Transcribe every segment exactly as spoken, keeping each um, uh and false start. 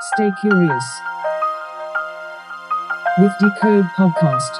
Stay curious with Decode Podcast.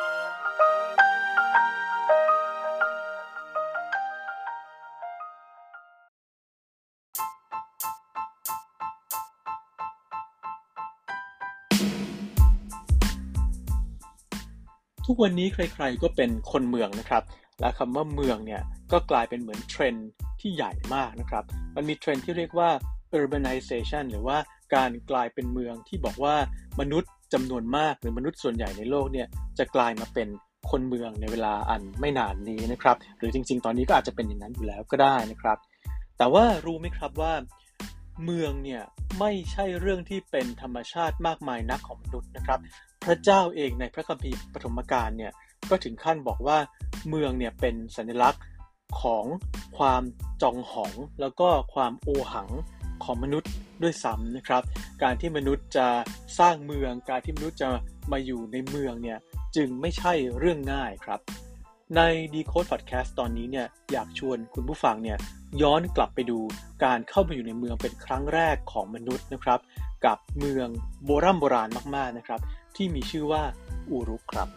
ทุกวันนี้ใครๆก็เป็นคนเมืองนะครับและคำว่าเมืองเนี่ยก็กลายเป็นเหมือนเทรนด์ที่ใหญ่มากนะครับมันมีเทรนด์ที่เรียกว่า urbanization หรือว่าการกลายเป็นเมืองที่บอกว่ามนุษย์จำนวนมากหรือมนุษย์ส่วนใหญ่ในโลกเนี่ยจะกลายมาเป็นคนเมืองในเวลาอันไม่นานนี้นะครับหรือจริงๆตอนนี้ก็อาจจะเป็นอย่างนั้นอยู่แล้วก็ได้นะครับแต่ว่ารู้ไหมครับว่าเมืองเนี่ยไม่ใช่เรื่องที่เป็นธรรมชาติมากมายนักของมนุษย์นะครับพระเจ้าเองในพระคัมภีร์ปฐมกาลเนี่ยก็ถึงขั้นบอกว่าเมืองเนี่ยเป็นสัญลักษณ์ของความจองหองแล้วก็ความโอหังของมนุษย์ด้วยซ้ำนะครับการที่มนุษย์จะสร้างเมืองการที่มนุษย์จะมาอยู่ในเมืองเนี่ยจึงไม่ใช่เรื่องง่ายครับใน Decode Podcast ตอนนี้เนี่ยอยากชวนคุณผู้ฟังเนี่ยย้อนกลับไปดูการเข้าไปอยู่ในเมืองเป็นครั้งแรกของมนุษย์นะครับกับเมืองโบราณโบราณมากๆนะครับที่มีชื่อว่าอูรุกครับ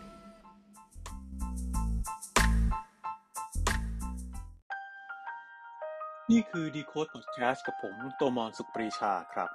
นี่คือ Decode Podcast กับผมโตมอนสุขปรีชาครับ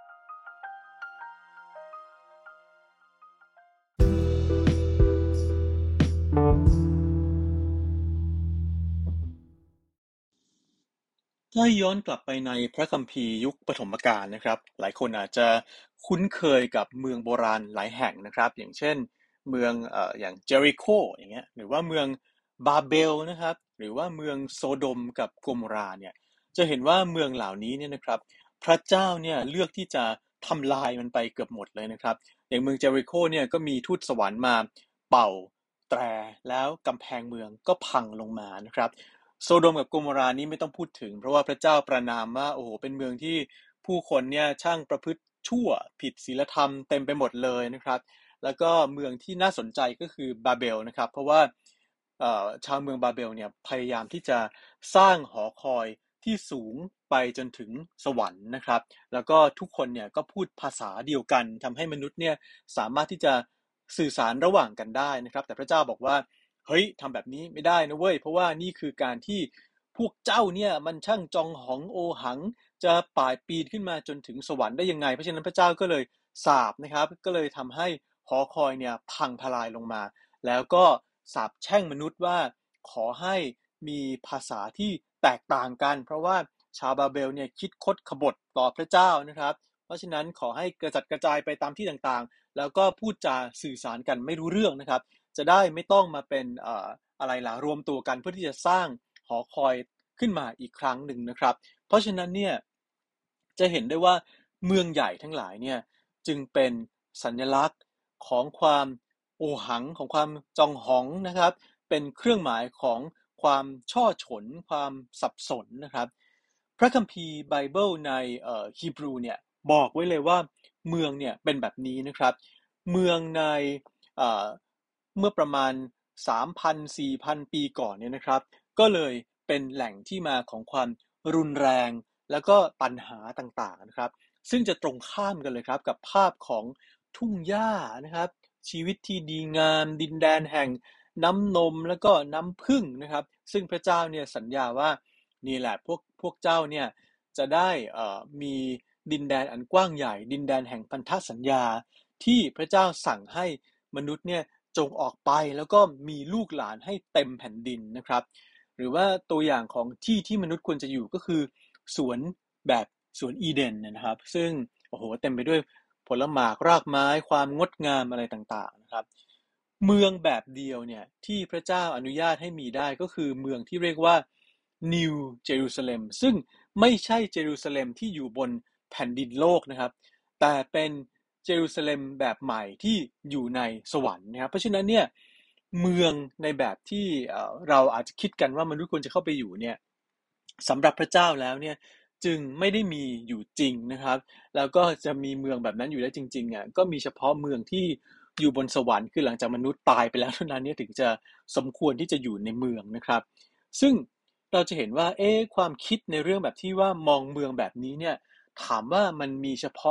ถ้าย้อนกลับไปในพระคัมภีร์ยุคปฐมกาลนะครับหลายคนอาจจะคุ้นเคยกับเมืองโบราณหลายแห่งนะครับอย่างเช่นเมืองเอ่ออย่างเจริโคอย่างเงี้ยหรือว่าเมืองบาเบลนะครับหรือว่าเมืองโซโดมกับโกโมราเนี่ยจะเห็นว่าเมืองเหล่านี้เนี่ยนะครับพระเจ้าเนี่ยเลือกที่จะทำลายมันไปเกือบหมดเลยนะครับอย่างเมืองเจริโคเนี่ยก็มีทูตสวรรค์มาเป่าแตรแล้วกำแพงเมืองก็พังลงมานะครับโซโดมกับโกโมรานี่ไม่ต้องพูดถึงเพราะว่าพระเจ้าประณามว่าโอ้โหเป็นเมืองที่ผู้คนเนี่ยช่างประพฤติชั่วผิดศีลธรรมเต็มไปหมดเลยนะครับแล้วก็เมืองที่น่าสนใจก็คือบาเบลนะครับเพราะว่าชาวเมืองบาเบลเนี่ยพยายามที่จะสร้างหอคอยที่สูงไปจนถึงสวรรค์นะครับแล้วก็ทุกคนเนี่ยก็พูดภาษาเดียวกันทำให้มนุษย์เนี่ยสามารถที่จะสื่อสารระหว่างกันได้นะครับแต่พระเจ้าบอกว่าเฮ้ยทำแบบนี้ไม่ได้นะเว้ยเพราะว่านี่คือการที่พวกเจ้าเนี่ยมันช่างจองหองโอหังจะป่ายปีนขึ้นมาจนถึงสวรรค์ได้ยังไงเพราะฉะนั้นพระเจ้าก็เลยสาปนะครับก็เลยทำให้หอคอยเนี่ยพังทลายลงมาแล้วก็สาปแช่งมนุษย์ว่าขอให้มีภาษาที่แตกต่างกันเพราะว่าชาวบาเบลเนี่ยคิดคดขบฏต่อพระเจ้านะครับเพราะฉะนั้นขอให้กระจัดกระจายไปตามที่ต่างๆแล้วก็พูดจาสื่อสารกันไม่รู้เรื่องนะครับจะได้ไม่ต้องมาเป็นเอ่ออะไรล่ะรวมตัวกันเพื่อที่จะสร้างหอคอยขึ้นมาอีกครั้งหนึ่งนะครับเพราะฉะนั้นเนี่ยจะเห็นได้ว่าเมืองใหญ่ทั้งหลายเนี่ยจึงเป็นสัญลักษณ์ของความโอหังของความจองหองนะครับเป็นเครื่องหมายของความช่อฉนความสับสนนะครับพระคัมภีร์ไบเบิลในเอ่อฮีบรูเนี่ยบอกไว้เลยว่าเมืองเนี่ยเป็นแบบนี้นะครับเมืองในเอ่อเมื่อประมาณ สามพัน สี่พัน ปีก่อนเนี่ยนะครับก็เลยเป็นแหล่งที่มาของความรุนแรงแล้วก็ปัญหาต่างๆนะครับซึ่งจะตรงข้ามกันเลยครับกับภาพของทุ่งหญ้านะครับชีวิตที่ดีงามดินแดนแห่งน้ำนมแล้วก็น้ำผึ้งนะครับซึ่งพระเจ้าเนี่ยสัญญาว่านี่แหละพวกพวกเจ้าเนี่ยจะได้เอ่อมีดินแดนอันกว้างใหญ่ดินแดนแห่งพันธสัญญาที่พระเจ้าสั่งให้มนุษย์เนี่ยจงออกไปแล้วก็มีลูกหลานให้เต็มแผ่นดินนะครับหรือว่าตัวอย่างของที่ที่มนุษย์ควรจะอยู่ก็คือสวนแบบสวนอีเดนนะครับซึ่งโอ้โหเต็มไปด้วยผลหมากรากไม้ความงดงามอะไรต่างๆนะครับเมืองแบบเดียวเนี่ยที่พระเจ้าอนุญาตให้มีได้ก็คือเมืองที่เรียกว่า New Jerusalem ซึ่งไม่ใช่เยรูซาเล็มที่อยู่บนแผ่นดินโลกนะครับแต่เป็นเยรูซาเล็มแบบใหม่ที่อยู่ในสวรรค์นะครับเพราะฉะนั้นเนี่ยเมืองในแบบที่เราอาจจะคิดกันว่ามนุษย์ควรจะเข้าไปอยู่เนี่ยสำหรับพระเจ้าแล้วเนี่ยจึงไม่ได้มีอยู่จริงนะครับแล้วก็จะมีเมืองแบบนั้นอยู่ได้จริงๆอ่ะก็มีเฉพาะเมืองที่อยู่บนสวรรค์คือหลังจากมนุษย์ตายไปแล้วเท่านั้นเนี่ยถึงจะสมควรที่จะอยู่ในเมืองนะครับซึ่งเราจะเห็นว่าเอ๊ะความคิดในเรื่องแบบที่ว่ามองเมืองแบบนี้เนี่ยถามว่ามันมีเฉพาะ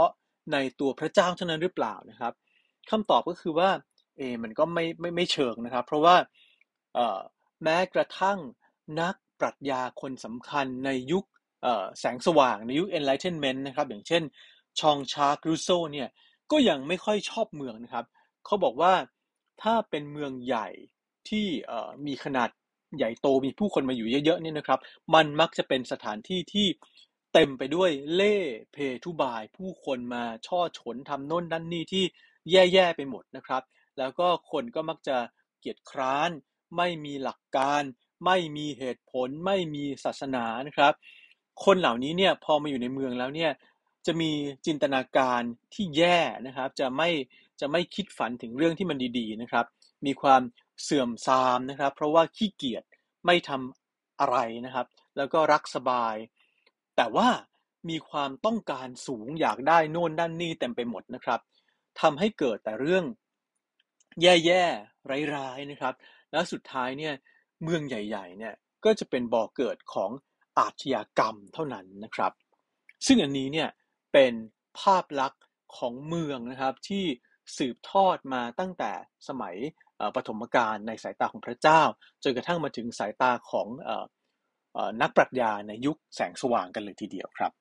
ในตัวพระเจ้าเท่านั้นหรือเปล่านะครับคำตอบก็คือว่าเอมันก็ไม่ไม่ไม่เชิงนะครับเพราะว่าเอ่อแม้กระทั่งนักปรัชญาคนสำคัญในยุคเอ่อแสงสว่างในยุค Enlightenment นะครับอย่างเช่นชองชาร์กรูโซเนี่ยก็ยังไม่ค่อยชอบเมืองนะครับเขาบอกว่าถ้าเป็นเมืองใหญ่ที่เอ่อมีขนาดใหญ่โตมีผู้คนมาอยู่เยอะๆเนี่ยนะครับมันมักจะเป็นสถานที่ที่เต็มไปด้วยเล่ห์เพทุบายผู้คนมาช่อฉนทำโน่นนั่นนี่ที่แย่ๆไปหมดนะครับแล้วก็คนก็มักจะเกียจคร้านไม่มีหลักการไม่มีเหตุผลไม่มีศาสนานะครับคนเหล่านี้เนี่ยพอมาอยู่ในเมืองแล้วเนี่ยจะมีจินตนาการที่แย่นะครับจะไม่จะไม่คิดฝันถึงเรื่องที่มันดีๆนะครับมีความเสื่อมทรามนะครับเพราะว่าขี้เกียจไม่ทำอะไรนะครับแล้วก็รักสบายแต่ว่ามีความต้องการสูงอยากได้โน่นนั่นนี่เต็มไปหมดนะครับทำให้เกิดแต่เรื่องแย่ๆร้ายๆนะครับแล้วสุดท้ายเนี่ยเมืองใหญ่ๆเนี่ยก็จะเป็นบ่อเกิดของอาชญากรรมเท่านั้นนะครับซึ่งอันนี้เนี่ยเป็นภาพลักษณ์ของเมืองนะครับที่สืบทอดมาตั้งแต่สมัยปฐมกาลในสายตาของพระเจ้าจนกระทั่งมาถึงสายตาของนักปรัชญาในยุคแสงสว่างกันเลยทีเดียวครับ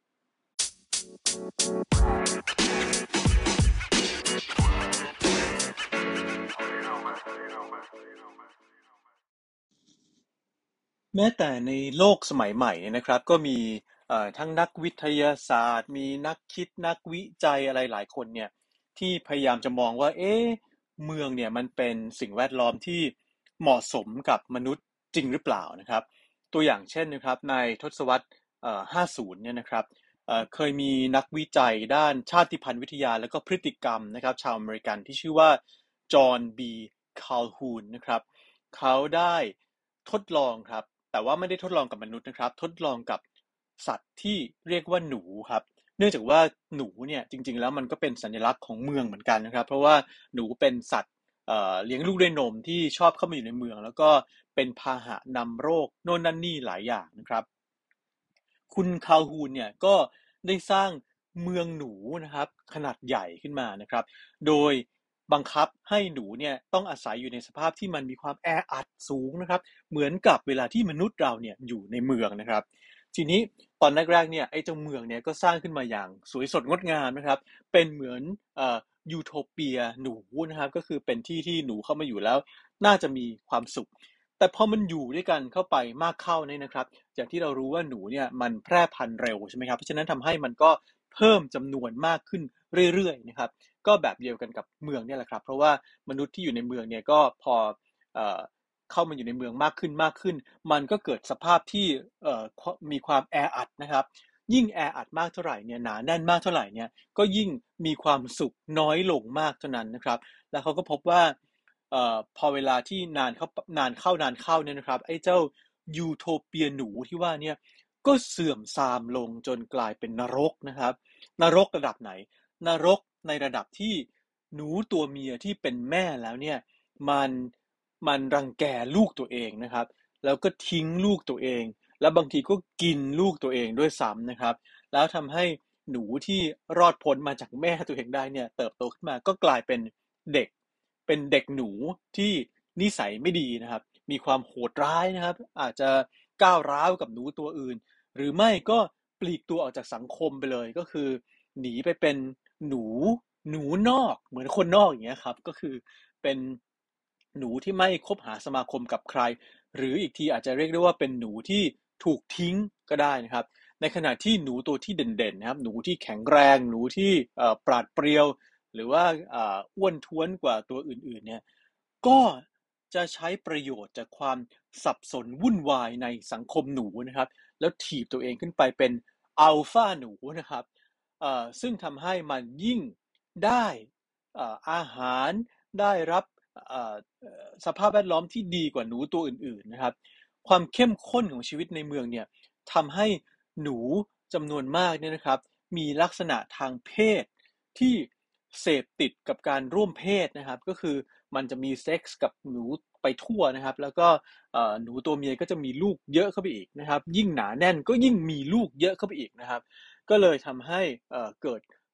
แม้แต่ในโลกสมัยใหม่นะครับก็มีทั้งนักวิทยาศาสตร์มีนักคิดนักวิจัยอะไรหลายคนเนี่ยที่พยายามจะมองว่าเอ๊ะเมืองเนี่ยมันเป็นสิ่งแวดล้อมที่เหมาะสมกับมนุษย์จริงหรือเปล่านะครับตัวอย่างเช่นนะครับในทศวรรษห้าสิบเนี่ยนะครับเคยมีนักวิจัยด้านชาติพันธุ์วิทยาและก็พฤติกรรมนะครับชาวอเมริกันที่ชื่อว่าจอห์นบีคาลฮูนนะครับเขาได้ทดลองครับแต่ว่าไม่ได้ทดลองกับมนุษย์นะครับทดลองกับสัตว์ที่เรียกว่าหนูครับเนื่องจากว่าหนูเนี่ยจริงๆแล้วมันก็เป็นสัญลักษณ์ของเมืองเหมือนกันนะครับเพราะว่าหนูเป็นสัตว์เลี้ยงลูกด้วยนมที่ชอบเข้ามาอยู่ในเมืองแล้วก็เป็นพาหะนำโรคโน่นนั่นนี่หลายอย่างนะครับคุณคาลฮูนเนี่ยก็ได้สร้างเมืองหนูนะครับขนาดใหญ่ขึ้นมานะครับโดยบังคับให้หนูเนี่ยต้องอาศัยอยู่ในสภาพที่มันมีความแออัดสูงนะครับเหมือนกับเวลาที่มนุษย์เราเนี่ยอยู่ในเมืองนะครับทีนี้ตอนแรกๆเนี่ยไอ้เจ้าเมืองเนี่ยก็สร้างขึ้นมาอย่างสวยสดงดงามนะครับเป็นเหมือนเอ่อยูโทเปียหนูนะครับก็คือเป็นที่ที่หนูเข้ามาอยู่แล้วน่าจะมีความสุขแต่พอมันอยู่ด้วยกันเข้าไปมากเข้าเนี่ยนะครับอย่างที่เรารู้ว่าหนูเนี่ยมันแพร่พันธุ์เร็วใช่ไหมครับเพราะฉะนั้นทำให้มันก็เพิ่มจำนวนมากขึ้นเรื่อยๆนะครับก็แบบเดียวกันกับเมืองเนี่ยแหละครับเพราะว่ามนุษย์ที่อยู่ในเมืองเนี่ยก็พอเอ่อเข้ามาอยู่ในเมืองมากขึ้นมากขึ้นมันก็เกิดสภาพที่เอ่อมีความแออัดนะครับยิ่งแออัดมากเท่าไหร่เนี่ยหนาแน่นมากเท่าไหร่เนี่ยก็ยิ่งมีความสุขน้อยลงมากเท่านั้นนะครับแล้วเขาก็พบว่าเอ่อพอเวลาที่นานเข้านานเข้านานเข้าเนี่ยนะครับไอ้เจ้ายูโทเปียหนูที่ว่าเนี่ยก็เสื่อมทรามลงจนกลายเป็นนรกนะครับนรกระดับไหนนรกในระดับที่หนูตัวเมียที่เป็นแม่แล้วเนี่ยมันมันรังแกลูกตัวเองนะครับแล้วก็ทิ้งลูกตัวเองแล้วบางทีก็กินลูกตัวเองด้วยซ้ำนะครับแล้วทำให้หนูที่รอดพ้นมาจากแม่ตัวเองได้เนี่ยเติบโตขึ้นมาก็กลายเป็นเด็กเป็นเด็กหนูที่นิสัยไม่ดีนะครับมีความโหดร้ายนะครับอาจจะก้าวร้าวกับหนูตัวอื่นหรือไม่ก็ปลีกตัวออกจากสังคมไปเลยก็คือหนีไปเป็นหนูหนูนอกเหมือนคนนอกอย่างเงี้ยครับก็คือเป็นหนูที่ไม่คบหาสมาคมกับใครหรืออีกทีอาจจะเรียกได้ว่าเป็นหนูที่ถูกทิ้งก็ได้นะครับในขณะที่หนูตัวที่เด่นๆนะครับหนูที่แข็งแรงหนูที่ปราดเปรียวหรือว่าอ้วนท้วนกว่าตัวอื่นๆเนี่ยก็จะใช้ประโยชน์จากความสับสนวุ่นวายในสังคมหนูนะครับแล้วถีบตัวเองขึ้นไปเป็นอัลฟาหนูนะครับซึ่งทำให้มันยิ่งได้อาหารได้รับสภาพแวดล้อมที่ดีกว่าหนูตัวอื่นๆนะครับความเข้มข้นของชีวิตในเมืองเนี่ยทำให้หนูจำนวนมากเนี่ยนะครับมีลักษณะทางเพศที่เสพติดกับการร่วมเพศนะครับก็คือมันจะมีเซ็กส์กับหนูไปทั่วนะครับแล้วก็หนูตัวเมียก็จะมีลูกเยอะเข้าไปอีกนะครับยิ่งหนาแน่นก็ยิ่งมีลูกเยอะเข้าไปอีกนะครับก็เลยทำให้เกิด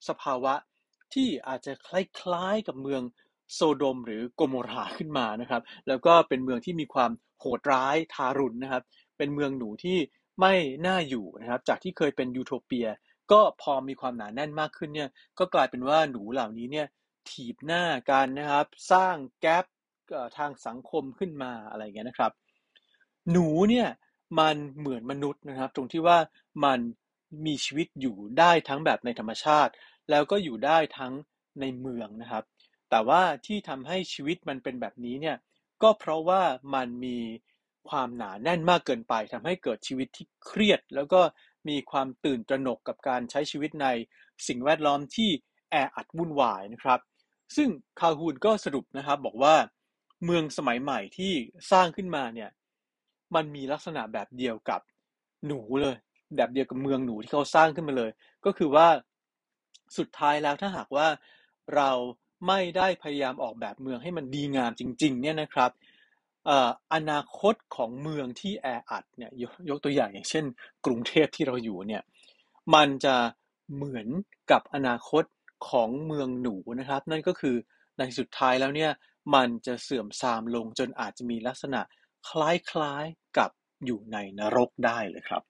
สภาวะที่อาจจะคล้ายๆกับเมืองโซโดมหรือโกโมราขึ้นมานะครับแล้วก็เป็นเมืองที่มีความโหดร้ายทารุณนะครับเป็นเมืองหนูที่ไม่น่าอยู่นะครับจากที่เคยเป็นยูโทเปียก็พอมีความหนาแน่นมากขึ้นเนี่ยก็กลายเป็นว่าหนูเหล่านี้เนี่ยถีบหน้ากันนะครับสร้างแกปทางสังคมขึ้นมาอะไรอย่างเงี้ยนะครับหนูเนี่ยมันเหมือนมนุษย์นะครับตรงที่ว่ามันมีชีวิตอยู่ได้ทั้งแบบในธรรมชาติแล้วก็อยู่ได้ทั้งในเมืองนะครับแต่ว่าที่ทำให้ชีวิตมันเป็นแบบนี้เนี่ยก็เพราะว่ามันมีความหนาแน่นมากเกินไปทำให้เกิดชีวิตที่เครียดแล้วก็มีความตื่นตระหนกกับการใช้ชีวิตในสิ่งแวดล้อมที่แออัดวุ่นวายนะครับซึ่งคาฮูนก็สรุปนะครับบอกว่าเมืองสมัยใหม่ที่สร้างขึ้นมาเนี่ยมันมีลักษณะแบบเดียวกับหนูเลยแบบเดียวกับเมืองหนูที่เขาสร้างขึ้นมาเลยก็คือว่าสุดท้ายแล้วถ้าหากว่าเราไม่ได้พยายามออกแบบเมืองให้มันดีงามจริงๆเนี่ยนะครับเอ่ออนาคตของเมืองที่แออัดเนี่ยยกยกตัวอย่างอย่างเช่นกรุงเทพที่เราอยู่เนี่ยมันจะเหมือนกับอนาคตของเมืองหนูนะครับนั่นก็คือในสุดท้ายแล้วเนี่ยมันจะเสื่อมทรามลงจนอาจจะมีลักษณะคล้ายๆกับอยู่ในนรกได้เลยครับ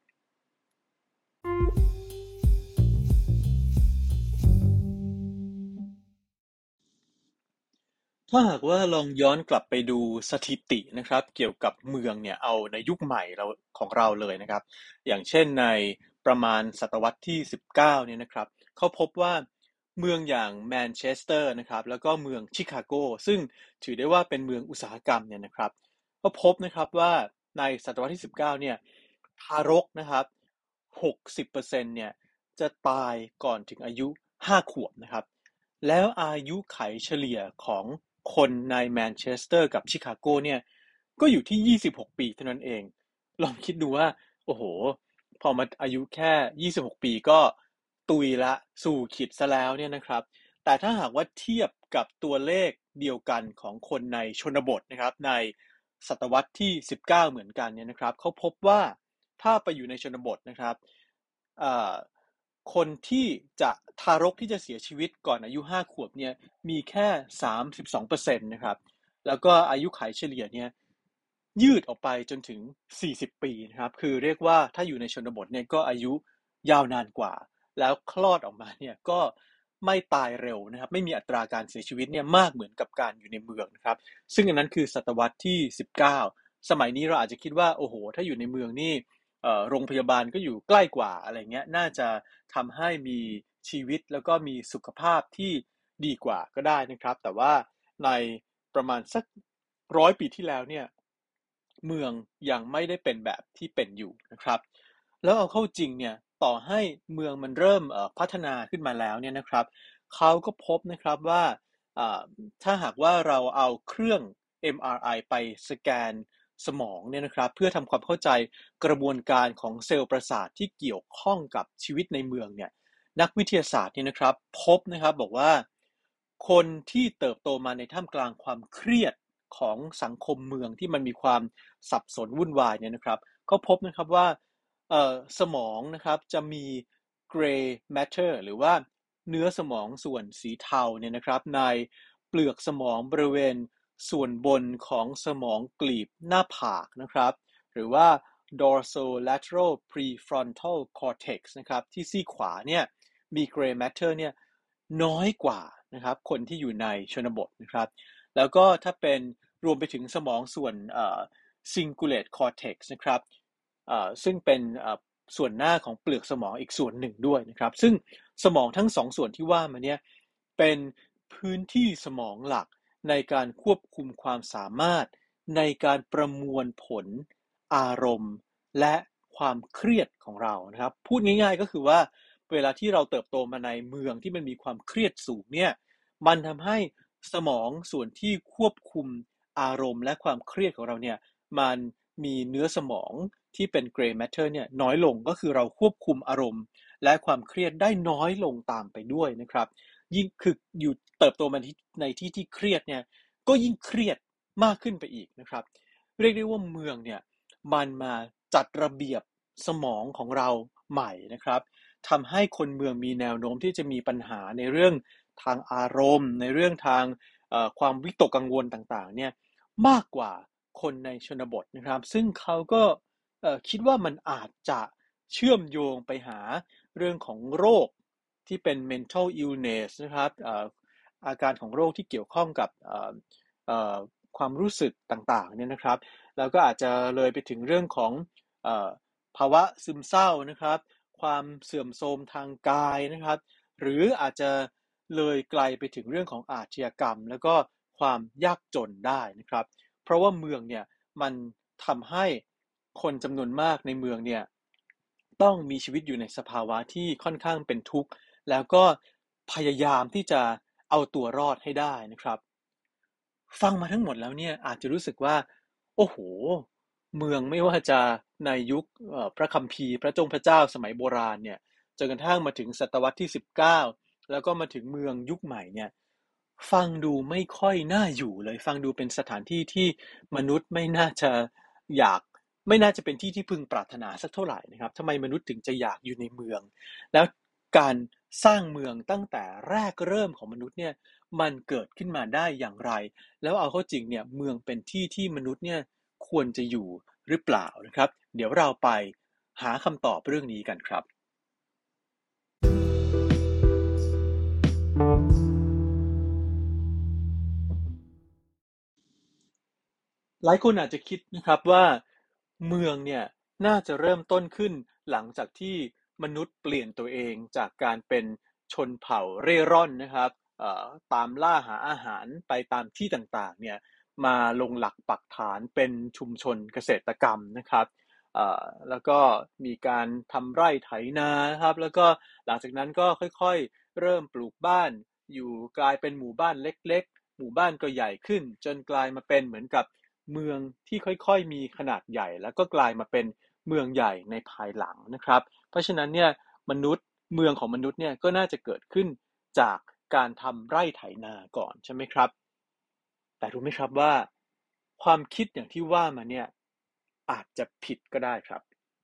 ถ้าหากว่าลองย้อนกลับไปดูสถิตินะครับเกี่ยวกับเมืองเนี่ยเอาในยุคใหม่เราของเราเลยนะครับอย่างเช่นในประมาณศตวรรษที่สิบเก้าเนี่ยนะครับเขาพบว่าเมืองอย่างแมนเชสเตอร์นะครับแล้วก็เมืองชิคาโกซึ่งถือได้ว่าเป็นเมืองอุตสาหกรรมเนี่ยนะครับก็พบนะครับว่าในศตวรรษที่สิบเก้าเนี่ยทารกนะครับหกสิบเปอร์เซ็นต์เปอร์เซ็นต์เนี่ยจะตายก่อนถึงอายุห้าขวบนะครับ แล้วอายุไขเฉลี่ยของคนในแมนเชสเตอร์กับชิคาโกเนี่ยก็อยู่ที่ยี่สิบหกปีเท่านั้นเองลองคิดดูว่าโอ้โหพอมาอายุแค่ยี่สิบหกปีก็ตุยละสู่ขีดซะแล้วเนี่ยนะครับแต่ถ้าหากว่าเทียบกับตัวเลขเดียวกันของคนในชนบทนะครับในศตวรรษที่สิบเก้าเหมือนกันเนี่ยนะครับเขาพบว่าถ้าไปอยู่ในชนบทนะครับอ่า คนที่จะทารกที่จะเสียชีวิตก่อนอายุห้าขวบเนี่ยมีแค่สามสิบสองเปอร์เซ็นต์นะครับแล้วก็อายุขัยเฉลี่ยเนี่ยยืดออกไปจนถึงสี่สิบปีนะครับคือเรียกว่าถ้าอยู่ในชนบทเนี่ยก็อายุยาวนานกว่าแล้วคลอดออกมาเนี่ยก็ไม่ตายเร็วนะครับไม่มีอัตราการเสียชีวิตเนี่ยมากเหมือนกับการอยู่ในเมืองนะครับซึ่งอันนั้นคือศตวรรษที่สิบเก้าสมัยนี้เราอาจจะคิดว่าโอ้โหถ้าอยู่ในเมืองนี่ โรงพยาบาลก็อยู่ใกล้กว่าอะไรเงี้ยน่าจะทำให้มีชีวิตแล้วก็มีสุขภาพที่ดีกว่าก็ได้นะครับแต่ว่าในประมาณสักร้อยปีที่แล้วเนี่ยเมืองยังไม่ได้เป็นแบบที่เป็นอยู่นะครับแล้วเอาเข้าจริงเนี่ยต่อให้เมืองมันเริ่มพัฒนาขึ้นมาแล้วเนี่ยนะครับเขาก็พบนะครับว่าถ้าหากว่าเราเอาเครื่อง เอ็ม อาร์ ไอ ไปสแกนสมองเนี่ยนะครับเพื่อทำความเข้าใจกระบวนการของเซลล์ประสาทที่เกี่ยวข้องกับชีวิตในเมืองเนี่ยนักวิทยาศาสตร์เนี่ยนะครับพบนะครับบอกว่าคนที่เติบโตมาในท่ามกลางความเครียดของสังคมเมืองที่มันมีความสับสนวุ่นวายเนี่ยนะครับเขาพบนะครับว่าสมองนะครับจะมี gray matter หรือว่าเนื้อสมองส่วนสีเทาเนี่ยนะครับในเปลือกสมองบริเวณส่วนบนของสมองกลีบหน้าผากนะครับหรือว่า dorsolateral prefrontal cortex นะครับที่ซีกขวาเนี่ยมี gray matter เนี่ยน้อยกว่านะครับคนที่อยู่ในชนบทนะครับแล้วก็ถ้าเป็นรวมไปถึงสมองส่วน cingulate cortex นะครับซึ่งเป็นส่วนหน้าของเปลือกสมองอีกส่วนหนึ่งด้วยนะครับซึ่งสมองทั้งสองส่วนที่ว่ามาเนี่ยเป็นพื้นที่สมองหลักในการควบคุมความสามารถในการประมวลผลอารมณ์และความเครียดของเรานะครับพูดง่ายๆก็คือว่าเวลาที่เราเติบโตมาในเมืองที่มันมีความเครียดสูงเนี่ยมันทำให้สมองส่วนที่ควบคุมอารมณ์และความเครียดของเราเนี่ยมันมีเนื้อสมองที่เป็น gray matter เนี่ยน้อยลงก็คือเราควบคุมอารมณ์และความเครียดได้น้อยลงตามไปด้วยนะครับยิ่งคืออยู่เติบโตมาในที่ที่เครียดเนี่ยก็ยิ่งเครียดมากขึ้นไปอีกนะครับเรียกได้ว่าเมืองเนี่ยมันมาจัดระเบียบสมองของเราใหม่นะครับทำให้คนเมืองมีแนวโน้มที่จะมีปัญหาในเรื่องทางอารมณ์ในเรื่องทางเอ่อความวิตกกังวลต่างๆเนี่ยมากกว่าคนในชนบทนะครับซึ่งเขาก็เอ่อคิดว่ามันอาจจะเชื่อมโยงไปหาเรื่องของโรคที่เป็น mental illness นะครับเอ่ออาการของโรคที่เกี่ยวข้องกับเอ่อเอ่อความรู้สึกต่างๆเนี่ยนะครับแล้วก็อาจจะเลยไปถึงเรื่องของเอ่อภาวะซึมเศร้านะครับความเสื่อมโทรมทางกายนะครับหรืออาจจะเลยไกลไปถึงเรื่องของอาชญากรรมแล้วก็ความยากจนได้นะครับเพราะว่าเมืองเนี่ยมันทำให้คนจำนวนมากในเมืองเนี่ยต้องมีชีวิตอยู่ในสภาวะที่ค่อนข้างเป็นทุกข์แล้วก็พยายามที่จะเอาตัวรอดให้ได้นะครับฟังมาทั้งหมดแล้วเนี่ยอาจจะรู้สึกว่าโอ้โหเมืองไม่ว่าจะในยุคเอ่อพระคัมภีร์พระจงพระเจ้าสมัยโบราณเนี่ยจนกระทั่งมาถึงศตวรรษที่สิบเก้าแล้วก็มาถึงเมืองยุคใหม่เนี่ยฟังดูไม่ค่อยน่าอยู่เลยฟังดูเป็นสถานที่ที่มนุษย์ไม่น่าจะอยากไม่น่าจะเป็นที่ที่พึงปรารถนาสักเท่าไหร่นะครับทำไมมนุษย์ถึงจะอยากอยู่ในเมืองแล้วการสร้างเมืองตั้งแต่แรกเริ่มของมนุษย์เนี่ยมันเกิดขึ้นมาได้อย่างไรแล้วเอาเข้าจริงเนี่ยเมืองเป็นที่ที่มนุษย์เนี่ยควรจะอยู่หรือเปล่านะครับเดี๋ยวเราไปหาคำตอบเรื่องนี้กันครับ หลายคนอาจจะคิดนะครับว่าเมืองเนี่ยน่าจะเริ่มต้นขึ้นหลังจากที่มนุษย์เปลี่ยนตัวเองจากการเป็นชนเผ่าเร่ร่อนนะครับตามล่าหาอาหารไปตามที่ต่างๆเนี่ยมาลงหลักปักฐานเป็นชุมชนเกษตรกรรมนะครับแล้วก็มีการทำไร่ไถนาครับแล้วก็หลังจากนั้นก็ค่อยๆเริ่มปลูกบ้านอยู่กลายเป็นหมู่บ้านเล็กๆหมู่บ้านก็ใหญ่ขึ้นจนกลายมาเป็นเหมือนกับเมืองที่ค่อยๆมีขนาดใหญ่แล้วก็กลายมาเป็นเมืองใหญ่ในภายหลังนะครับเพราะฉะนั้นเนี่ยมนุษย์เมืองของมนุษย์เนี่ยก็น่าจะเกิดขึ้นจากการทำไร่ไถนาก่อนใช่ไหมครับแต่รู้ไหมครับว่าความคิดอย่างที่ว่ามาเนี่ยอาจจะผิดก็ได้ครับ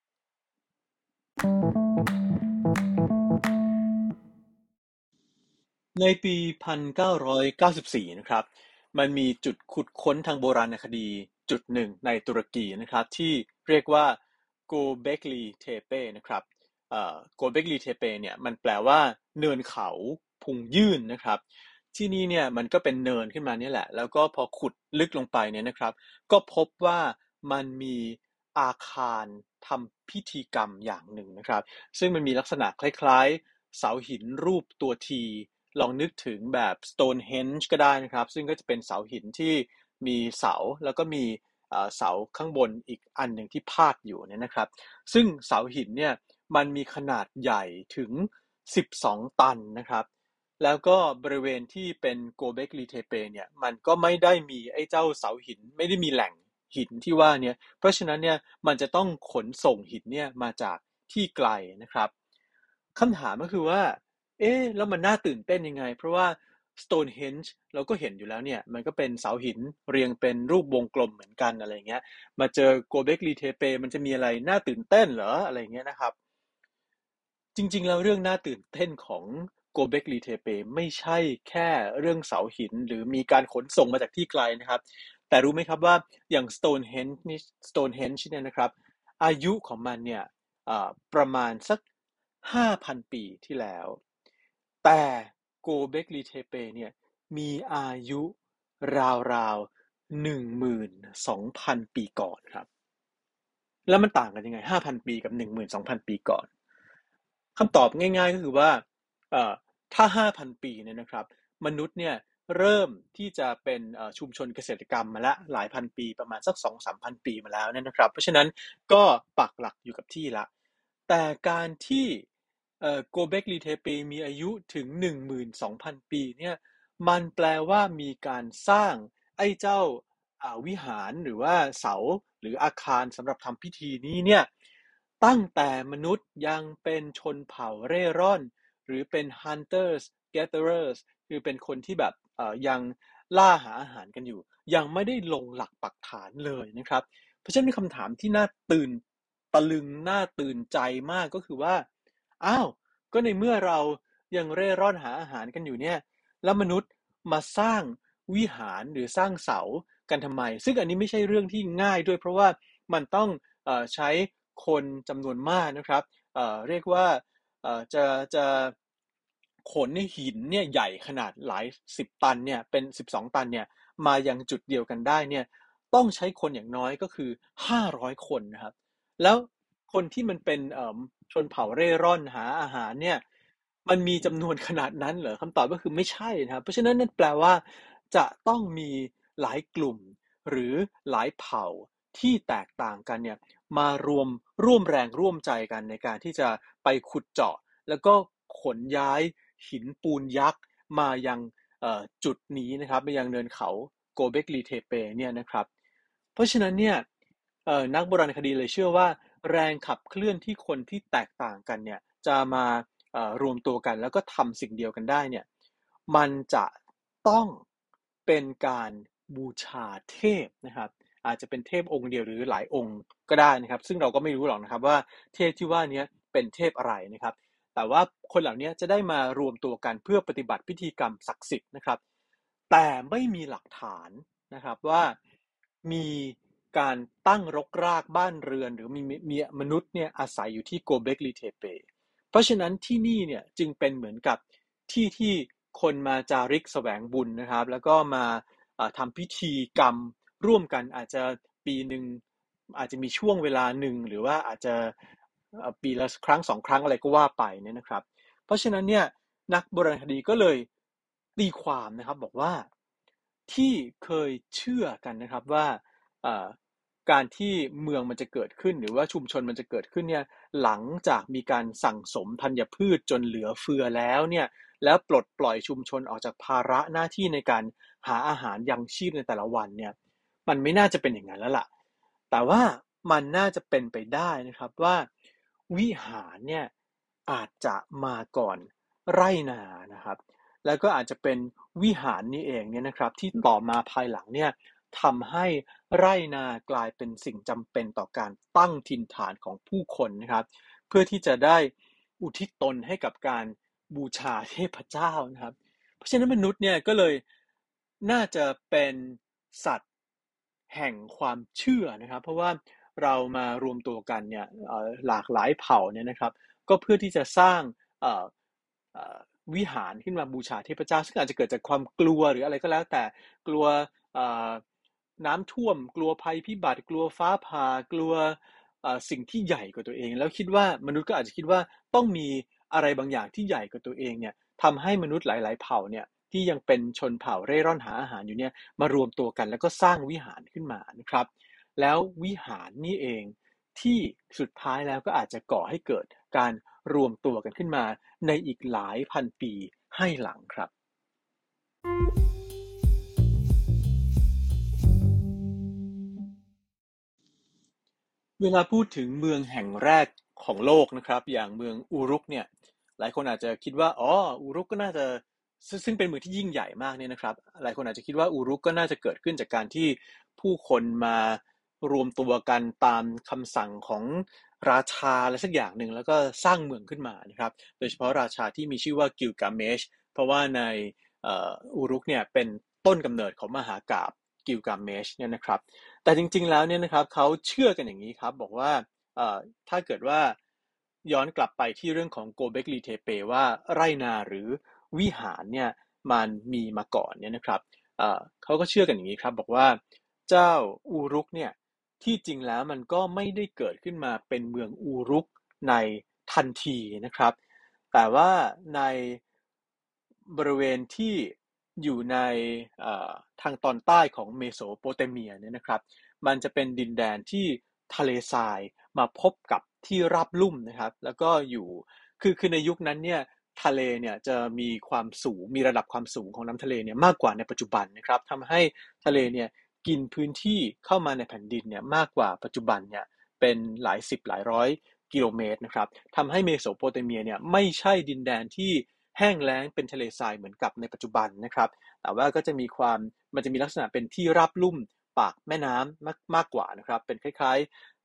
ในปี หนึ่งพันเก้าร้อยเก้าสิบสี่ นะครับ มันมีจุดขุดค้นทางโบราณคดีจุดหนึ่งในตุรกีนะครับที่เรียกว่า Göbekli Tepe นะครับเอ่อ Göbekli Tepe เนี่ยมันแปลว่าเนินเขาพุงยื่นนะครับที่นี่เนี่ยมันก็เป็นเนินขึ้นมาเนี่ยแหละแล้วก็พอขุดลึกลงไปเนี่ยนะครับก็พบว่ามันมีอาคารทำพิธีกรรมอย่างหนึ่งนะครับซึ่งมันมีลักษณะคล้ายๆเสาหินรูปตัวทีลองนึกถึงแบบ Stonehenge ก็ได้นะครับซึ่งก็จะเป็นเสาหินที่มีเสาแล้วก็มีเสาข้างบนอีกอันหนึ่งที่พาดอยู่เนี่ยนะครับซึ่งเสาหินเนี่ยมันมีขนาดใหญ่ถึงสิบสองตันนะครับแล้วก็บริเวณที่เป็นโกเบกลีเทเปเนี่ยมันก็ไม่ได้มีไอ้เจ้าเสาหินไม่ได้มีแหล่งหินที่ว่าเนี่ยเพราะฉะนั้นเนี่ยมันจะต้องขนส่งหินเนี่ยมาจากที่ไกลนะครับคำถามก็คือว่าเอ๊ะแล้วมันน่าตื่นเต้นยังไงเพราะว่า Stonehenge เราก็เห็นอยู่แล้วเนี่ยมันก็เป็นเสาหินเรียงเป็นรูปวงกลมเหมือนกันอะไรเงี้ยมาเจอโกเบกลีเทเปมันจะมีอะไรน่าตื่นเต้นเหรออะไรเงี้ยนะครับ จริงๆแล้วเรื่องน่าตื่นเต้นของโกเบกลีเทเปไม่ใช่แค่เรื่องเสาหินหรือมีการขนส่งมาจากที่ไกลนะครับแต่รู้ไหมครับว่าอย่าง Stonehenge นี่ Stonehenge เนี่ยนะครับอายุของมันเนี่ยประมาณสักห้าพันปีที่แล้วแต่โกเบกลีเทเปเนี่ยมีอายุราวๆหนึ่งหมื่นสองพันปีก่อนครับ แล้วมันต่างกันยังไงห้าพันปีกับหนึ่งหมื่นสองพันปีก่อนคำตอบง่ายๆก็คือว่าเอ่อถ้าห้าพันปีเนี่ยนะครับมนุษย์เนี่ยเริ่มที่จะเป็นชุมชนเกษตรกรรมมาแล้วหลายพันปีประมาณสักสองสามพันปีมาแล้วเนี่ยนะครับเพราะฉะนั้นก็ปักหลักอยู่กับที่ละแต่การที่โกเบกลีเทเปมีอายุถึงหนึ่งหมื่นสองพันปีเนี่ยมันแปลว่ามีการสร้างไอ้เจ้าวิหารหรือว่าเสาหรืออาคารสำหรับทำพิธีนี้เนี่ยตั้งแต่มนุษย์ยังเป็นชนเผ่าเร่ร่อนหรือเป็น hunters gatherers คือเป็นคนที่แบบยังล่าหาอาหารกันอยู่ยังไม่ได้ลงหลักปักฐานเลยนะครับเพราะฉะนั้นมีคำถามที่น่าตื่นตะลึงน่าตื่นใจมากก็คือว่าอ้าวก็ในเมื่อเรายังเร่ร่อนหาอาหารกันอยู่เนี่ยแล้วมนุษย์มาสร้างวิหารหรือสร้างเสากันทำไมซึ่งอันนี้ไม่ใช่เรื่องที่ง่ายด้วยเพราะว่ามันต้องเอ่อใช้คนจำนวนมากนะครับเอ่อเรียกว่าเอ่อจะจะขนหินเนี่ยใหญ่ขนาดหลายสิบตันเนี่ยเป็นสิบสองตันเนี่ยมายังจุดเดียวกันได้เนี่ยต้องใช้คนอย่างน้อยก็คือห้าร้อยคนนะครับแล้วคนที่มันเป็นเอ่อชนเผ่าเร่ร่อนหาอาหารเนี่ยมันมีจำนวนขนาดนั้นเหรอคำตอบก็คือไม่ใช่นะครับเพราะฉะนั้นนั่นแปลว่าจะต้องมีหลายกลุ่มหรือหลายเผ่าที่แตกต่างกันเนี่ยมารวมร่วมแรงร่วมใจกันในการที่จะไปขุดเจาะแล้วก็ขนย้ายหินปูนยักษ์มายังจุดนี้นะครับมายังเนินเขาโกเบกลีเทเปเนี่ยนะครับเพราะฉะนั้นเนี่ยนักโบราณคดีเลยเชื่อว่าแรงขับเคลื่อนที่คนที่แตกต่างกันเนี่ยจะมารวมตัวกันแล้วก็ทำสิ่งเดียวกันได้เนี่ยมันจะต้องเป็นการบูชาเทพนะครับอาจจะเป็นเทพองค์เดียวหรือหลายองค์ก็ได้นะครับซึ่งเราก็ไม่รู้หรอกนะครับว่าเทพที่ว่านี้เป็นเทพอะไรนะครับแต่ว่าคนเหล่านี้จะได้มารวมตัวกันเพื่อปฏิบัติพิธีกรรมศักดิ์สิทธิ์นะครับแต่ไม่มีหลักฐานนะครับว่ามีการตั้งรกรากบ้านเรือนหรือมีมีมนุษย์เนี่ยอาศัยอยู่ที่โกเบกลีเทเปเพราะฉะนั้นที่นี่เนี่ยจึงเป็นเหมือนกับที่ที่คนมาจาริกแสวงบุญนะครับแล้วก็มาทำพิธีกรรมร่วมกันอาจจะปีหนึ่งอาจจะมีช่วงเวลาหนึ่งหรือว่าอาจจะปีละครั้งสองครั้งอะไรก็ว่าไปเนี่ยนะครับเพราะฉะนั้นเนี่ยนักโบราณคดีก็เลยตีความนะครับบอกว่าที่เคยเชื่อกันนะครับว่าการที่เมืองมันจะเกิดขึ้นหรือว่าชุมชนมันจะเกิดขึ้นเนี่ยหลังจากมีการสั่งสมธัญพืชจนเหลือเฟือแล้วเนี่ยแล้วปลดปล่อยชุมชนออกจากภาระหน้าที่ในการหาอาหารยังชีพในแต่ละวันเนี่ยมันไม่น่าจะเป็นอย่างนั้นแล้วล่ะแต่ว่ามันน่าจะเป็นไปได้นะครับว่าวิหารเนี่ยอาจจะมาก่อนไร่นานะครับแล้วก็อาจจะเป็นวิหารนี้เองเนี่ยนะครับที่ต่อมาภายหลังเนี่ยทำให้ไร่นากลายเป็นสิ่งจำเป็นต่อการตั้งถิ่นฐานของผู้คนนะครับเพื่อที่จะได้อุทิศตนให้กับการบูชาเทพเจ้านะครับเพราะฉะนั้นมนุษย์เนี่ยก็เลยน่าจะเป็นสัตว์แห่งความเชื่อนะครับเพราะว่าเรามารวมตัวกันเนี่ยหลากหลายเผ่าเนี่ยนะครับก็เพื่อที่จะสร้างวิหารขึ้นมาบูชาเทพเจ้าซึ่งอาจจะเกิดจากความกลัวหรืออะไรก็แล้วแต่กลัวน้ำท่วมกลัวภัยพิบัติกลัวฟ้าผ่ากลัวสิ่งที่ใหญ่กว่าตัวเองแล้วคิดว่ามนุษย์ก็อาจจะคิดว่าต้องมีอะไรบางอย่างที่ใหญ่กว่าตัวเองเนี่ยทำให้มนุษย์หลายๆเผ่าเนี่ยที่ยังเป็นชนเผ่าเร่ร่อนหาอาหารอยู่เนี่ยมารวมตัวกันแล้วก็สร้างวิหารขึ้นมานะครับแล้ววิหารนี่เองที่สุดท้ายแล้วก็อาจจะก่อให้เกิดการรวมตัวกันขึ้นมาในอีกหลายพันปีให้หลังครับเวลาพูดถึงเมืองแห่งแรกของโลกนะครับอย่างเมืองอูรุกเนี่ยหลายคนอาจจะคิดว่าอ๋ออูรุกก็น่าจะซึ่งเป็นเมืองที่ยิ่งใหญ่มากเนี่ยนะครับหลายคนอาจจะคิดว่าอูรุกก็น่าจะเกิดขึ้นจากการที่ผู้คนมารวมตัวกันตามคำสั่งของราชาอะไรสักอย่างหนึ่งแล้วก็สร้างเมืองขึ้นมานะครับโดยเฉพาะราชาที่มีชื่อว่ากิลกาเมชเพราะว่าในอูรุกเนี่ยเป็นต้นกำเนิดของมหากาพย์กิลกาเมชเนี่ยนะครับแต่จริงๆแล้วเนี่ยนะครับเขาเชื่อกันอย่างนี้ครับบอกว่าถ้าเกิดว่าย้อนกลับไปที่เรื่องของโกเบกลีเทเปว่าไรนาหรือวิหารเนี่ยมันมีมาก่อนเนี่ยนะครับเขาก็เชื่อกันอย่างนี้ครับบอกว่าเจ้าอูรุกเนี่ยที่จริงแล้วมันก็ไม่ได้เกิดขึ้นมาเป็นเมืองอูรุกในทันทีนะครับแต่ว่าในบริเวณที่อยู่ในทางตอนใต้ของเมโสโปเตเมียเนี่ยนะครับมันจะเป็นดินแดนที่ทะเลทรายมาพบกับที่ราบลุ่มนะครับแล้วก็อยู่คือคือในยุคนั้นเนี่ยทะเลเนี่ยจะมีความสูงมีระดับความสูงของน้ำทะเลเนี่ยมากกว่าในปัจจุบันนะครับทำให้ทะเลเนี่ยกินพื้นที่เข้ามาในแผ่นดินเนี่ยมากกว่าปัจจุบันเนี่ยเป็นหลายสิบหลายร้อยกิโลเมตรนะครับทำให้เมโสโปเตเมียเนี่ยไม่ใช่ดินแดนที่แห้งแล้งเป็นทะเลทรายเหมือนกับในปัจจุบันนะครับแต่ว่าก็จะมีความมันจะมีลักษณะเป็นที่ราบลุ่มปากแม่น้ำมากมากกว่านะครับเป็นคล้ายๆ